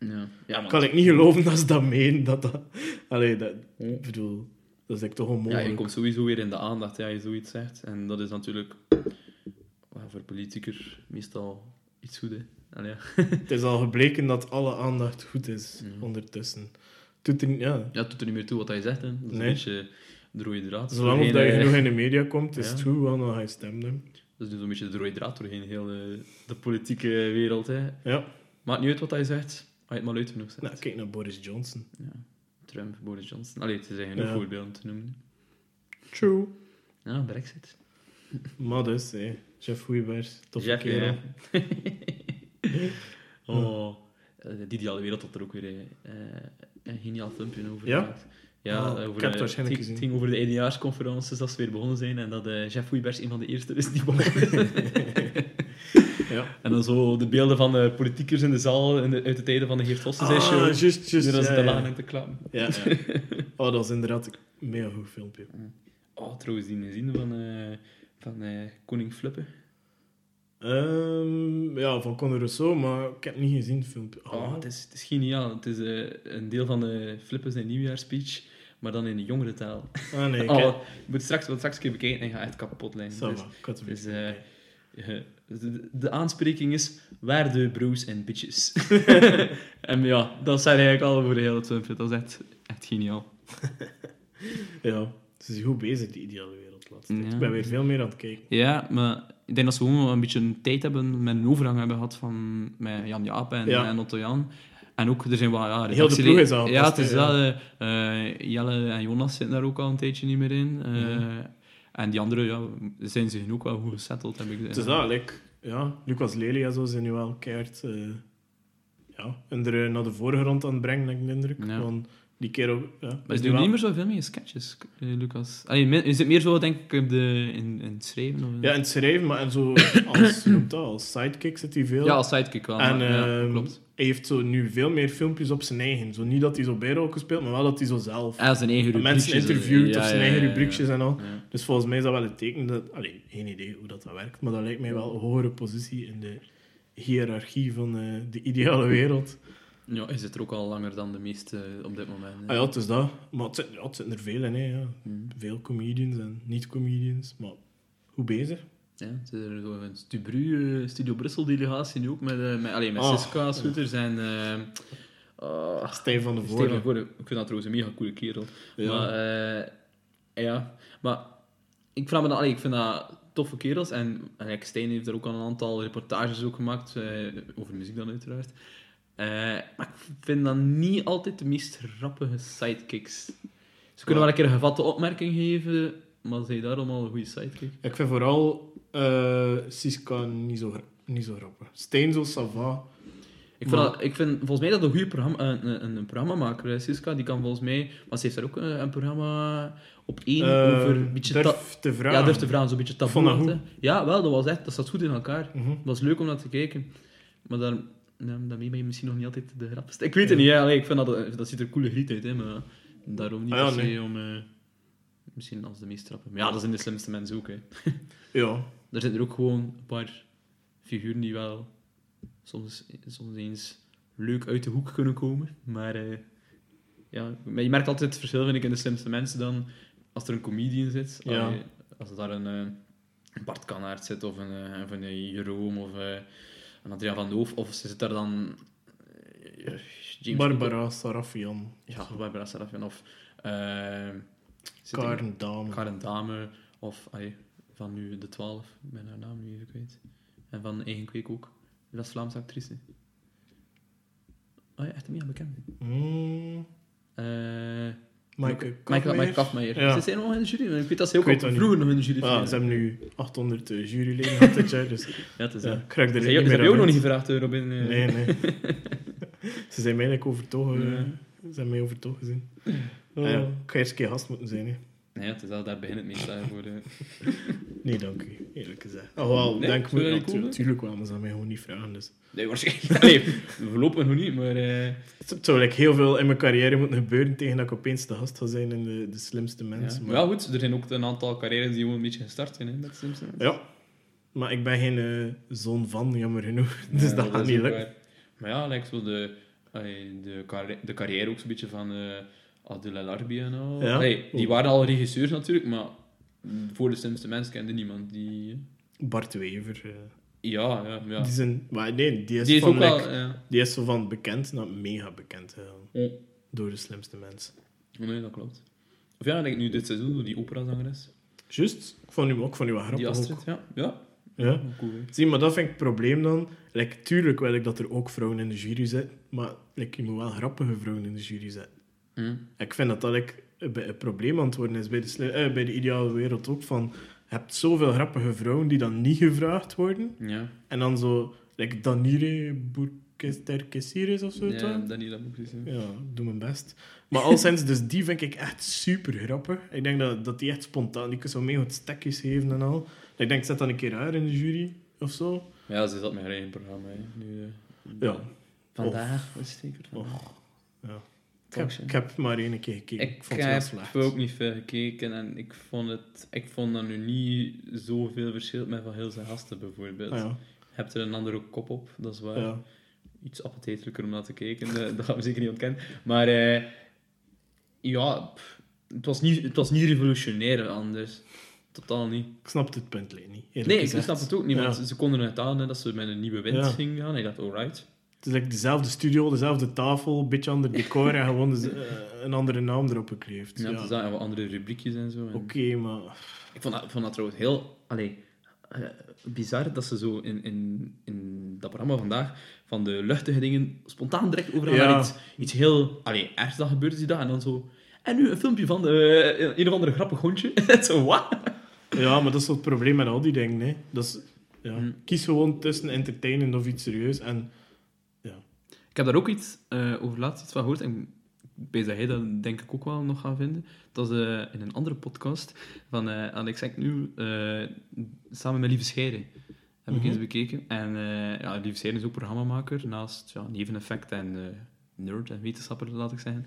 Ja, man. Kan ik niet geloven dat ze dat menen. Allee, ik bedoel, dat is echt toch onmogelijk. Ja, je komt sowieso weer in de aandacht, ja, je zoiets zegt. En dat is natuurlijk voor een politicus meestal iets goed, hè. Allee, ja. Het is al gebleken dat alle aandacht goed is ondertussen. Doet er, Ja, het doet er niet meer toe wat hij zegt, hè. Dat is Nee. een beetje de rode draad. Zolang of dat je genoeg in de media komt, is het goed, want dan ga je stemmen. Dat is dus een beetje de rode draad doorheen heel de politieke wereld, hè. Ja. Maakt niet uit wat hij zegt, als je het maar luid genoeg zegt. Nou, kijk naar Boris Johnson. Ja. Trump, Boris Johnson. Allee, het zijn genoeg voorbeelden te noemen. True. Ja, Brexit. Maar dus, Jeff Hoeibers, toffe kerel. Oh, de ideale wereld had er ook weer een geniaal filmpje over Ja? gemaakt. Ja, ik heb het waarschijnlijk het gezien. ging over de eindejaarsconferences dat ze weer begonnen zijn en dat Jeff Hoeibers een van de eerste is die begon. Ja. En dan zo de beelden van de politiekers in de zaal uit de tijden van de Geert Vossen zijn show. Just. Nu dat ze te lachen en te klappen. Ja. Oh, dat is inderdaad een mega goed filmpje. Oh, trouwens, die gezien van Koning Flippe. Ja, van Conor Rousseau, maar ik heb niet gezien het filmpje. Oh, het is geniaal. Het is een deel van de Flippe zijn nieuwjaarspeech, maar dan in de jongere taal. Ah, nee. Oh, je moet straks een keer bekijken en je gaat echt kapot liggen. Ik had het Dus, de aanspreking is waar de bros en bitches. En ja, dat zijn eigenlijk al voor de hele filmpje. Dat is echt geniaal. Ja, ze is goed bezig, die ideale wereld. Laatst. Ja. Ik ben weer veel meer aan het kijken. Ja, maar ik denk dat ze gewoon wel een beetje een tijd hebben met een overgang hebben gehad met Jan Jaap en Otto Jan. En ook, er zijn wel... Ja, Heel de ploeg is aan. Ja, het is wel... Jelle en Jonas zitten daar ook al een tijdje niet meer in. En die anderen zijn zich ook wel goed gesetteld, heb ik gezien. Het is dat, Lucas Lely en zo zijn nu wel keihard naar de voorgrond aan het brengen, heb ik de indruk. Ja. Want die keer ook... Maar ze doen niet meer zoveel meer sketches, Lucas. Allee, is het meer zo, denk ik, in het schrijven? Of Ja, in het schrijven, maar en zo als sidekick zit hij veel. Ja, als sidekick wel. En klopt. hij heeft zo nu veel meer filmpjes op zijn eigen. Zo niet dat hij zo bijrollen speelt, maar wel dat hij zo zelf... Zijn eigen En rubriekjes. mensen interviewt of zijn eigen ja. rubriekjes en al. Ja. Dus volgens mij is dat wel een teken dat... geen idee hoe dat werkt, maar dat lijkt mij wel een hogere positie in de hiërarchie van de ideale wereld. Ja, hij zit er ook al langer dan de meeste op dit moment. Hè. Ah ja, het is dat. Maar het zitten er veel in, hè. Ja. Veel comedians en niet-comedians, maar hoe bezig? Ja, het is er zo een Studio Brussel-delegatie nu ook met Siska, Scooters en... Stijn van de Steven Voorde. van Voorde. Ik vind dat trouwens een mega coole kerel. Ja. Maar ik vraag me dan... ik vind dat toffe kerels. En Stijn heeft er ook al een aantal reportages ook gemaakt. Over muziek dan uiteraard. Maar ik vind dat niet altijd de meest grappige sidekicks. Ze kunnen wel een keer een gevatte opmerking geven, maar zijn daar allemaal een goede sidekick? Ik vind vooral Siska niet zo grappig. Stijn zo, ça va. Ik vind volgens mij dat een goede een programmamaker is. Siska, die kan volgens mij... Maar ze heeft daar ook een programma op één over... Een beetje Durf te vragen. Ja, Durf te vragen. Zo'n beetje taboe. Vond dat goed. Hè. Ja, wel. Dat zat goed in elkaar. Mhm. Het was leuk om naar te kijken. Maar daarmee ben je misschien nog niet altijd de grappigste. Ik weet het niet. Hè. Ik vind dat ziet er coole griet uit. Hè, maar daarom niet per se om... misschien als de meest trappen. Maar ja, dat zijn de slimste mensen ook. Hè. Ja. Er zitten er ook gewoon een paar figuren die wel soms eens leuk uit de hoek kunnen komen. Maar maar je merkt altijd het verschil, vind ik, in de slimste mensen dan als er een comedian zit. Ja. Als er daar een Bart Kannaert zit, of een Jeroen, of een Adriaan van Doof, of ze zit daar dan... James Barbara Sarafian. Ja, Barbara Sarafian, of... Karen Dame, of van nu de 12, ik ben haar naam nu even kwijt. En van Eigen Kweek ook. Dat is Vlaamse actrice. Oh ja, echt niet bekend. Maaike Kafmeijer. Ja. Ze zijn nog in de jury. Ik weet dat ze ook Ik weet al dat vroeger nog in de jury Ze hebben nu 800 juryleden gehad dit jaar, dus Ja, het is ja, dat. ik raak er Ze niet hebben meer jou ook nog aan niet gevraagd, Robin. Nee. Ze zijn mij eigenlijk overtogen. Ze hebben mij overtogen gezien. Oh. Ja, ik ga eerst een keer gast moeten zijn. Hè. Nee, het is dat, daar begint het meestal voor. Nee, dank u, eerlijk gezegd. Oh, wel, Nee, denk zou je ik dat niet cool natuurlijk wel, maar ze gaan mij gewoon niet vragen. Dus. Nee, waarschijnlijk. Nee, voorlopig nog niet, maar... Het zou like, heel veel in mijn carrière moeten gebeuren tegen dat ik opeens de gast ga zijn in de slimste mensen. Ja. Maar ja, goed, er zijn ook een aantal carrières die gewoon een beetje gestart zijn, hè, met Simpsons. Ja, maar ik ben geen zoon van, jammer genoeg. Dus dat gaat niet lukken. Maar ja, like zo de carrière ook zo'n beetje van Adil El Arbi en al. Ja. Die waren al regisseurs natuurlijk, maar voor de slimste mensen kende niemand die... Bart Wever. Ja. Die zijn... Maar nee, die is, Die is van, ook wel... like, die is zo van bekend naar mega bekend gegaan. Ja. Door de slimste mensen. Nee, dat klopt. Of ja, dan denk ik nu dit seizoen, door die operazangeres. Juist. Ik vond u wel grappig. Die Astrid, ook. ja. Ja. Cool, hè. Zie, maar dat vind ik het probleem dan. Like, tuurlijk wil ik dat er ook vrouwen in de jury zitten, maar like, je moet wel grappige vrouwen in de jury zetten. Ik vind dat like, een probleem aan het worden is bij de ideale wereld ook. Van, je hebt zoveel grappige vrouwen die dan niet gevraagd worden. Ja. En dan zo, like Danire Bourkester-Kessiris of zo. Ja, Daniela Boekjes. Ja, ik doe mijn best. Maar al sinds, dus die vind ik echt super grappig. Ik denk dat die echt spontaan, die kan zo mee wat stekjes geven en al. Ik denk, zet dan een keer haar in de jury of zo. Ja, ze zat met haar eigen programma. Hè. Nu, Ja. Vandaag was het zeker vandaag. Ja. Talkshow. Ik heb maar één keer gekeken. Ik vond het wel slecht. heb ook niet veel gekeken en ik vond dat nu niet zoveel verschil met van heel zijn gasten bijvoorbeeld. Ah, ja. Je hebt er een andere kop op, dat is waar. Ja. Iets appetijtelijker om naar te kijken, dat gaan we zeker niet ontkennen. Maar het was niet revolutionair anders. Totaal niet. Ik snapte het punt niet. Nee, ik snap het ook niet, want Ja. ze konden het aan dat ze met een nieuwe wind Ja. gingen gaan. En ik dacht, alright. Het is like dezelfde studio, dezelfde tafel, een beetje ander decor en gewoon een andere naam erop gekleefd. Ja, Ja. het is wat andere rubriekjes en zo. En Oké, maar... Ik vond dat trouwens heel bizar dat ze zo in dat programma vandaag van de luchtige dingen spontaan direct overal Ja. naar iets heel ergs dat gebeurde die dag. En dan zo... En nu een filmpje van een of andere grappig hondje. Zo, wat? Ja, maar dat is wel het probleem met al die dingen. Hè. Dat is, ja. Kies gewoon tussen entertainend of iets serieus. En, ja. Ik heb daar ook iets over laatst iets van gehoord. En bij dat jij dat denk ik ook wel nog gaan vinden. Dat is in een andere podcast van Alex Agnew, samen met Lieve Scheire. Heb ik eens bekeken. En Lieve Scheire is ook programmamaker, naast Neveneffect en nerd en wetenschapper, laat ik zeggen.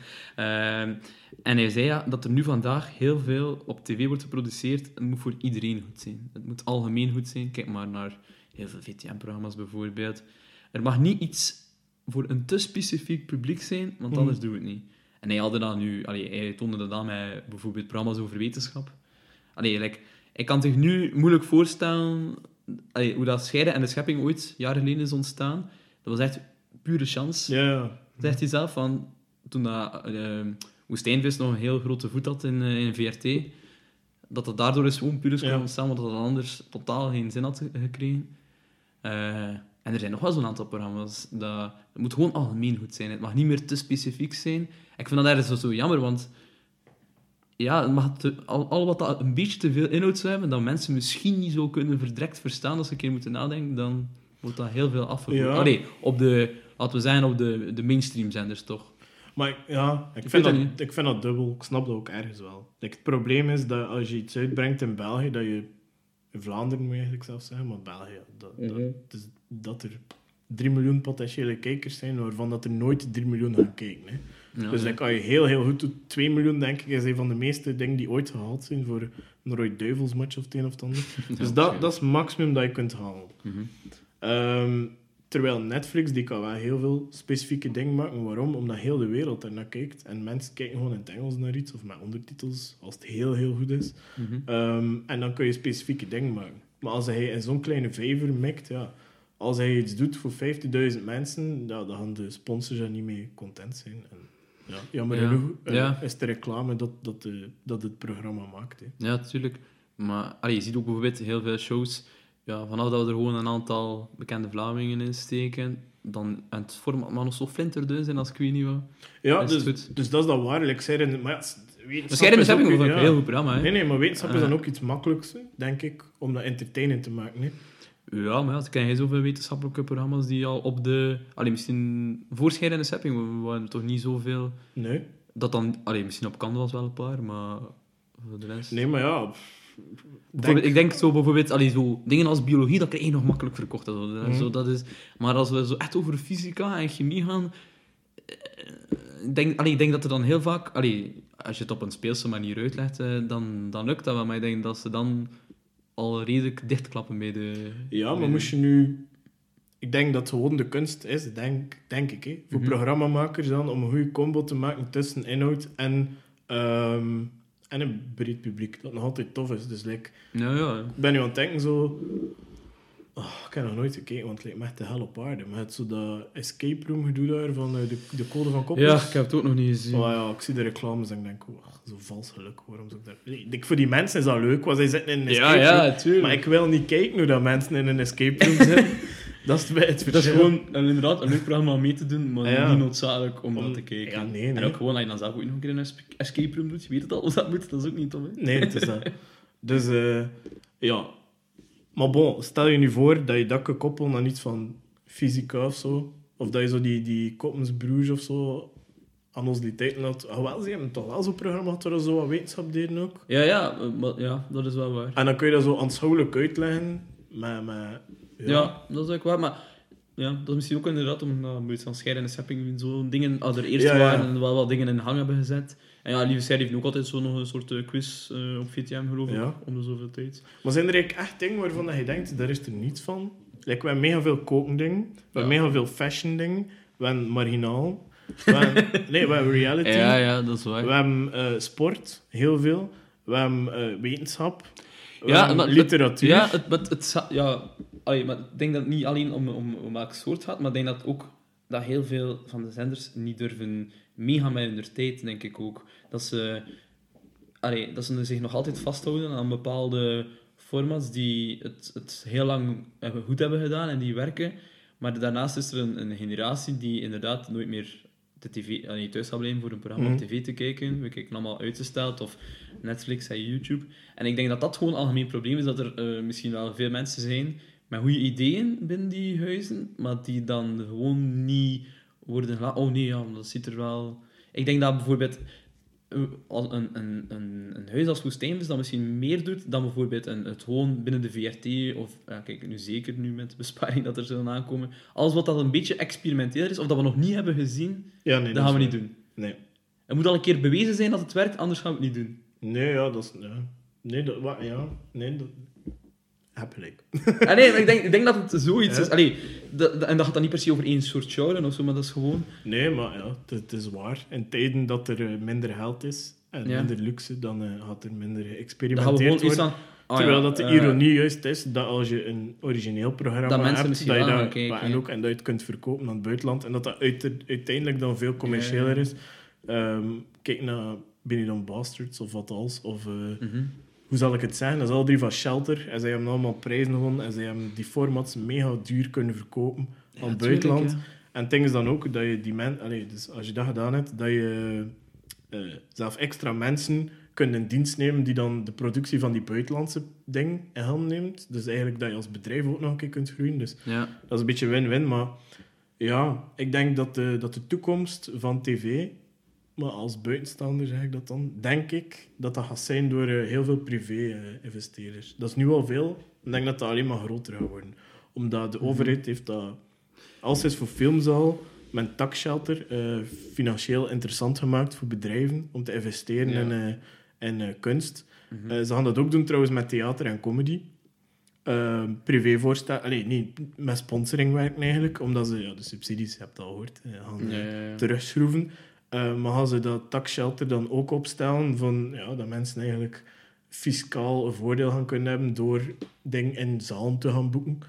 En hij zei dat er nu vandaag heel veel op tv wordt geproduceerd. Het moet voor iedereen goed zijn. Het moet algemeen goed zijn. Kijk maar naar heel veel VTM-programma's bijvoorbeeld. Er mag niet iets voor een te specifiek publiek zijn, want anders doen we het niet. En hij hadde dat nu... hij toonde dat aan met bijvoorbeeld programma's over wetenschap. Ik kan zich nu moeilijk voorstellen hoe dat Scheire en de Schepping ooit jaren geleden is ontstaan. Dat was echt pure chance. Ja. Zegt hij zelf, van, toen dat Woestijnvis nog een heel grote voet had in VRT, dat daardoor is gewoon puur kon ontstaan, want dat het anders totaal geen zin had gekregen. En er zijn nog wel zo'n aantal programma's. Het moet gewoon algemeen goed zijn. Het mag niet meer te specifiek zijn. Ik vind dat ergens zo jammer, want ja, het mag al wat dat een beetje te veel inhoud zou hebben, dat mensen misschien niet zo kunnen direct verstaan als ze een keer moeten nadenken, dan wordt dat heel veel afgevoerd. Ja. Allee, laten we zeggen, op de mainstream zenders toch. Maar ja, ik vind dat dubbel. Ik snap dat ook ergens wel. Het probleem is dat als je iets uitbrengt in België, dat je... In Vlaanderen moet je eigenlijk zelf zeggen, maar België... Dat er 3 miljoen potentiële kijkers zijn, waarvan dat er nooit 3 miljoen gaan kijken. Hè. Ja, Dus als je heel goed doet, 2 miljoen, denk ik, is een van de meeste dingen die ooit gehaald zijn voor een Roy Duivelsmatch of het een of het ander. Dus dat is het maximum dat je kunt halen. Terwijl Netflix, die kan wel heel veel specifieke dingen maken. Waarom? Omdat heel de wereld er naar kijkt. En mensen kijken gewoon in het Engels naar iets, of met ondertitels, als het heel, heel goed is. En dan kun je specifieke dingen maken. Maar als hij in zo'n kleine vijver mikt, ja, als hij iets doet voor 50.000 mensen, ja, dan gaan de sponsors er niet mee content zijn. En, ja, jammer genoeg is de reclame dat het programma maakt. Hè. Ja, natuurlijk. Maar je ziet ook bijvoorbeeld heel veel shows... Ja, vanaf dat we er gewoon een aantal bekende Vlamingen in steken, dan en het format mag nog zo flinterdun zijn als ik weet niet wat. Ja, dus dat is dat waar. Maar ja, wetenschap is ook een heel goed programma. Hè? Nee, maar wetenschap is dan ook iets makkelijks, denk ik, om dat entertainend te maken. Hè. Ja, maar er zijn zoveel wetenschappelijke programma's die al op de... misschien voor Scheire en de Schepping waren er toch niet zoveel... Nee. Dat dan... misschien op Canvas wel een paar, maar voor de rest... Nee, maar ja... Ik denk zo bijvoorbeeld, zo dingen als biologie, dat krijg je nog makkelijk verkocht. Zo, dat is, maar als we zo echt over fysica en chemie gaan, ik denk dat er dan heel vaak, als je het op een speelse manier uitlegt, dan lukt dat wel. Maar ik denk dat ze dan al redelijk dichtklappen bij de... Ja, maar moest je nu... ik denk dat gewoon de kunst is, denk ik, hè, voor programmamakers dan, om een goede combo te maken tussen inhoud en een breed publiek. Dat nog altijd tof is. Dus ik ben nu aan het denken zo... ik heb nog nooit gekeken, want het lijkt me echt de hel op aarde. Maar het zo dat escape room gedoe daar van de code van Koppels. Ja, ik heb het ook nog niet gezien. Ik zie de reclames en ik denk, zo vals geluk, waarom zou ik dat... Ik denk, voor die mensen is dat leuk, want zij zitten in een escape room. Ja, tuurlijk. Maar ik wil niet kijken hoe dat mensen in een escape room zitten. Dat is het verschil. Dat is gewoon inderdaad een leuk programma om mee te doen, maar niet noodzakelijk om dat te kijken. Ja, nee. En ook gewoon, als je dan zelf ook nog een keer een escape room doet, je weet het al, hoe dat moet, dat is ook niet tof, hè? Nee, het is dat. Dus, Maar bon, stel je nu voor dat je dat kan koppelen aan iets van fysica of zo. Of dat je zo die Koppensbroers of zo aan ons die tijd had. Ze hebben toch wel zo'n programma waar ze zo wat wetenschap deden ook. Ja, dat is wel waar. En dan kun je dat zo aanschouwelijk uitleggen. Ja, dat is ook waar, maar... Ja, dat is misschien ook inderdaad om van scheiden en schepping zo'n dingen als er eerst waren en wel wat dingen in hang hebben gezet. En ja, Lieve Scheide heeft ook altijd zo nog een soort quiz op VTM, geloof ik, om de zoveel tijd. Maar zijn er eigenlijk echt dingen waarvan je denkt, daar is er niets van? We hebben mega veel koken dingen, we hebben mega veel fashion dingen, we hebben marginaal, we hebben reality. Ja, dat is waar. We hebben sport, heel veel. We hebben wetenschap. Literatuur. Maar ik denk dat het niet alleen om welk soort gaat, maar ik denk dat ook dat heel veel van de zenders niet durven meegaan met hun tijd, denk ik ook. Dat ze zich nog altijd vasthouden aan bepaalde formats die het heel lang goed hebben gedaan en die werken. Maar daarnaast is er een generatie die inderdaad nooit meer thuis gaat blijven voor een programma op tv te kijken. We kijken allemaal uitgesteld, of Netflix en YouTube. En ik denk dat dat gewoon een algemeen probleem is, dat er misschien wel veel mensen zijn met goede ideeën binnen die huizen, maar die dan gewoon niet worden gelaten. Oh nee, dat ziet er wel... Ik denk dat bijvoorbeeld een huis als Woestijnvis dat misschien meer doet dan bijvoorbeeld het gewoon binnen de VRT, of kijk, nu zeker nu met de besparing dat er zullen aankomen. Alles wat dat een beetje experimenteel is, of dat we nog niet hebben gezien, dat gaan we niet doen. Nee. Het moet al een keer bewezen zijn dat het werkt, anders gaan we het niet doen. Nee, dat is... Ja. Nee, dat... Heb gelijk. Maar ik denk dat het zoiets is. En dat gaat dan niet per se over één soort genre of zo, maar dat is gewoon... Nee, maar het is waar. In tijden dat er minder geld is en minder luxe, dan gaat er minder geëxperimenteerd worden. Terwijl dat de ironie juist is dat als je een origineel programma hebt, dat je dat en dat je het kunt verkopen aan het buitenland en dat uiteindelijk dan veel commerciëler is. Kijk naar Benidorm Bastards of wat als, of... Hoe zal ik het zeggen? Dat is alle drie van Shelter. En zij hebben allemaal prijzen gewonnen. En zij hebben die formats mega duur kunnen verkopen aan het buitenland. Ja. En het ding is dan ook dat je dus als je dat gedaan hebt, dat je zelf extra mensen kunt in dienst nemen die dan de productie van die buitenlandse ding in hand neemt. Dus eigenlijk dat je als bedrijf ook nog een keer kunt groeien. Dus dat is een beetje win-win. Maar ja, ik denk dat de toekomst van tv... Maar als buitenstaander zeg ik dat dan, denk ik dat gaat zijn door heel veel privé-investeerders. Dat is nu al veel. Ik denk dat dat alleen maar groter gaat worden. Omdat de overheid heeft dat, als is voor films al, met een tax-shelter financieel interessant gemaakt voor bedrijven om te investeren in kunst. Ze gaan dat ook doen trouwens met theater en comedy. Privévoorstellen, niet met sponsoring werken eigenlijk, omdat ze de subsidies, je hebt het al gehoord, gaan terugschroeven. Maar gaan ze dat tax-shelter dan ook opstellen van, dat mensen eigenlijk fiscaal een voordeel gaan kunnen hebben door dingen in zalen te gaan boeken.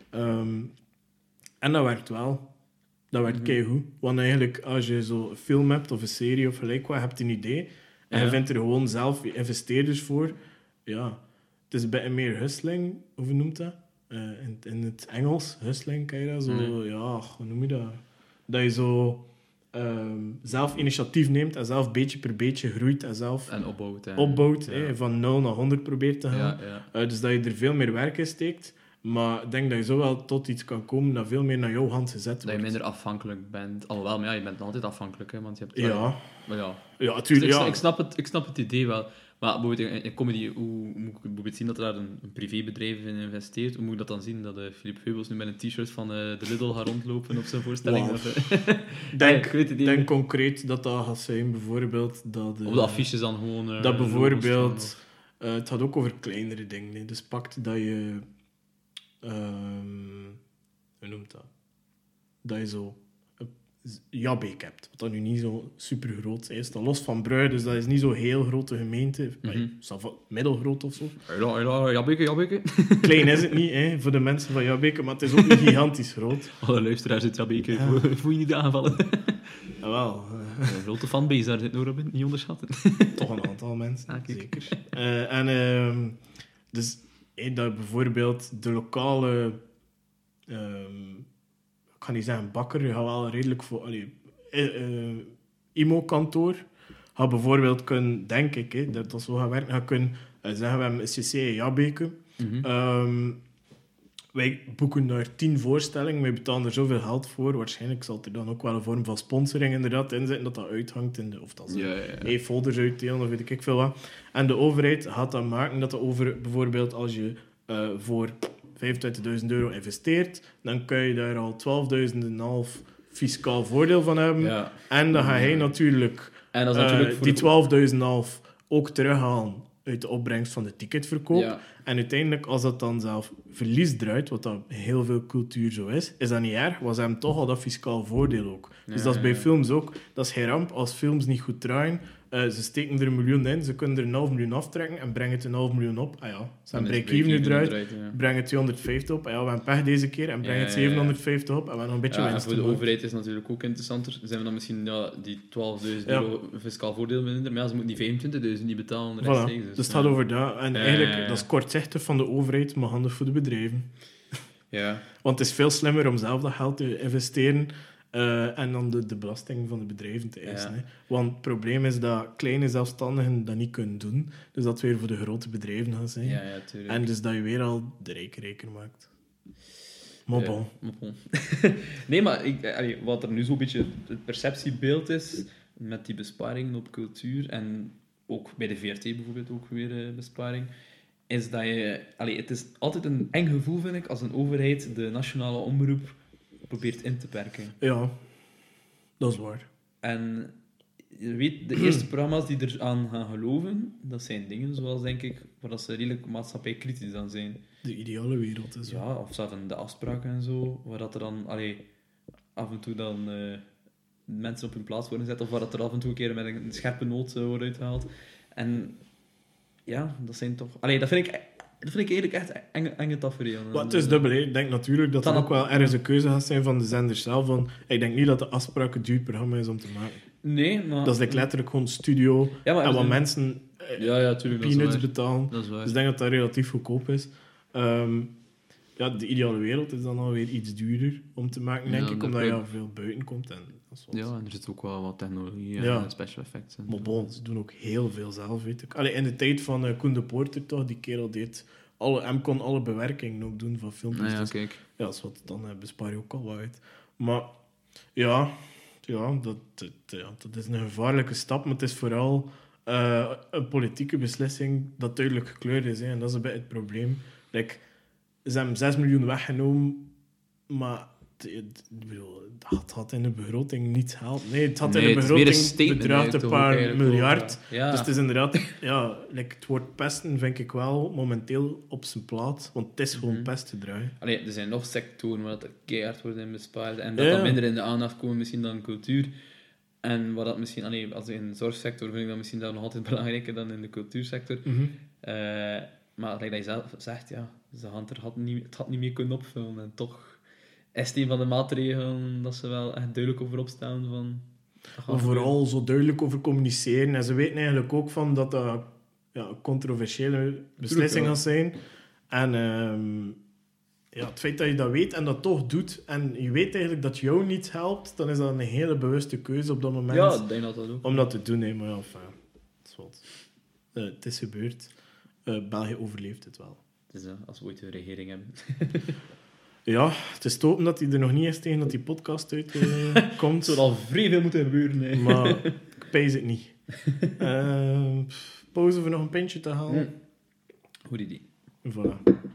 En dat werkt wel. Dat werkt keigoed. Want eigenlijk, als je zo'n film hebt of een serie of gelijk wat, hebt een idee en je vindt er gewoon zelf investeerders voor. Ja, het is een beetje meer hustling, hoe noemt dat? In het Engels, hustling, ken je dat? Zo, hoe noem je dat? Dat je zo... zelf initiatief neemt en zelf beetje per beetje groeit en zelf opbouwt van 0 naar 100 probeert te gaan. Dus dat je er veel meer werk in steekt. Maar ik denk dat je zo wel tot iets kan komen dat veel meer naar jouw hand gezet wordt. Dat je minder afhankelijk bent. Alhoewel, maar je bent altijd afhankelijk. Hè, want je hebt ik snap het idee wel. Maar bijvoorbeeld in comedy, hoe moet ik bijvoorbeeld zien dat er daar een privébedrijf in investeert? Hoe moet ik dat dan zien? Dat Philippe Heubels nu met een t-shirt van de Lidl gaat rondlopen op zijn voorstelling? Wow. Denk concreet dat gaat zijn, bijvoorbeeld... Dat, op de affiches dan gewoon... dat bijvoorbeeld... het gaat ook over kleinere dingen. Hè. Dus pakt dat je... hoe noemt dat? Dat je zo een Jabbeek hebt. Wat dan nu niet zo super groot is. Dat los van Brugge, dus dat is niet zo heel grote gemeente. Middelgroot of zo. Jabbeke. Klein is het niet, hè, voor de mensen van Jabbeke, maar het is ook niet gigantisch groot. Alle luisteraars uit Jabbeke, voel je niet aanvallen. Jawel. Een grote fanbase daar zit nog, Robin, niet onderschatten. Toch een aantal mensen, kijk. zeker. Dus dat bijvoorbeeld de lokale... ik ga niet zeggen bakker, je gaat wel redelijk voor... IMO-kantoor gaat bijvoorbeeld kunnen, denk ik, dat zo gaat werken, gaat kunnen zeggen, we hebben een CC in Jabbeke. Wij boeken daar 10 voorstellingen, wij betalen er zoveel geld voor. Waarschijnlijk zal er dan ook wel een vorm van sponsoring inderdaad in zitten, dat uithangt in of dat ze folders uitdelen of weet ik veel wat. En de overheid gaat dan maken dat bijvoorbeeld als je voor €25.000 investeert, dan kun je daar al 12.500 fiscaal voordeel van hebben. Ja. En dan ga hij natuurlijk, en dat is natuurlijk die 12.500 ook terughalen uit de opbrengst van de ticketverkoop. Ja. En uiteindelijk, als dat dan zelf verlies draait, wat dat heel veel cultuur zo is dat niet erg, want ze hebben toch al dat fiscaal voordeel ook. Dus dat is bij films ook. Dat is geen ramp als films niet goed draaien. Ze steken er 1 miljoen in, ze kunnen er 500.000 aftrekken en brengen het 500.000 op. Ah ja, ze hebben break-even eruit, brengen 250 op. Ah ja, we hebben pech deze keer en brengen het 750 op en we hebben nog een beetje winst. En voor de overheid is het natuurlijk ook interessanter. Ze hebben dan misschien die €12.000 fiscaal voordeel minder, maar ze moeten die 25.000 niet betalen rechtstreeks. Voilà. Dus het gaat over dat. En eigenlijk, dat is kortzichtig van de overheid, maar handig voor de bedrijven. Ja. Want het is veel slimmer om zelf dat geld te investeren en dan de belasting van de bedrijven te eisen. Ja. Hè. Want het probleem is dat kleine zelfstandigen dat niet kunnen doen. Dus dat weer voor de grote bedrijven gaan zijn. Ja, tuurlijk. En dus dat je weer al de rijker maakt. Maar bon. Nee, maar wat er nu zo'n beetje het perceptiebeeld is met die besparingen op cultuur en ook bij de VRT bijvoorbeeld ook weer besparing, is dat je... het is altijd een eng gevoel, vind ik, als een overheid de nationale omroep probeert in te perken. Ja, dat is waar. En je weet, de eerste programma's die er aan gaan geloven, dat zijn dingen zoals, denk ik, waar dat ze redelijk maatschappijkritisch aan zijn. De ideale wereld is zo. Ja, of zelfs de afspraken en zo, waar dat er dan af en toe dan mensen op hun plaats worden gezet, of waar dat er af en toe een keer met een scherpe noot wordt uitgehaald. En ja, dat zijn toch... dat vind ik eigenlijk echt enge tafereel. Het is dubbel. Ik denk natuurlijk dat er ook wel ergens een keuze gaat zijn van de zender zelf. Van, ik denk niet dat de afspraak een duur programma is om te maken. Nee, maar... Dat is letterlijk gewoon studio en wat mensen peanuts betalen. Dat is waar. Dus ik denk dat dat relatief goedkoop is. De ideale wereld is dan alweer iets duurder om te maken, denk ik. Omdat je veel buiten komt. En en er zit ook wel wat technologie en special effects in. Maar bon, ze doen ook heel veel zelf, weet ik. In de tijd van Koen de Poorter, toch, die kerel deed... kon alle bewerkingen ook doen van filmpjes. Ja, kijk. Ja, dat is wat, dan bespaar je ook al wat uit. Maar ja, dat is een gevaarlijke stap, maar het is vooral een politieke beslissing dat duidelijk gekleurd is. Hè, en dat is een beetje het probleem. Ze hebben 6 miljoen weggenomen, maar het had in de begroting niet gehaald. Nee, het had in de begroting bedraagt een paar miljard. Ja. Dus het is inderdaad... het woord pesten vind ik wel momenteel op zijn plaats. Want het is gewoon pestgedrag. Er zijn nog sectoren waar er keihard wordt in bespaard. En dat minder in de aandacht komen misschien dan cultuur. En waar dat misschien... als in de zorgsector vind ik dat misschien nog altijd belangrijker dan in de cultuursector. Maar dat je zelf zegt, het had niet meer kunnen opvullen. En toch... is het een van de maatregelen dat ze wel echt duidelijk over opstaan van... Vooral zo duidelijk over communiceren. En ze weten eigenlijk ook van dat dat een controversiële beslissing gaat zijn. En het feit dat je dat weet en dat toch doet, en je weet eigenlijk dat jou niet helpt, dan is dat een hele bewuste keuze op dat moment. Ja, ik denk dat ook. Om dat te doen, maar het is gebeurd. België overleeft het wel. Het is als we ooit een regering hebben. Ja, het is te hopen dat hij er nog niet is tegen dat die podcast uitkomt. Het zou al vrij veel moeten gebeuren. Nee. Maar ik pijs het niet. Pauze voor nog een pintje te halen. Goed idee. Voilà.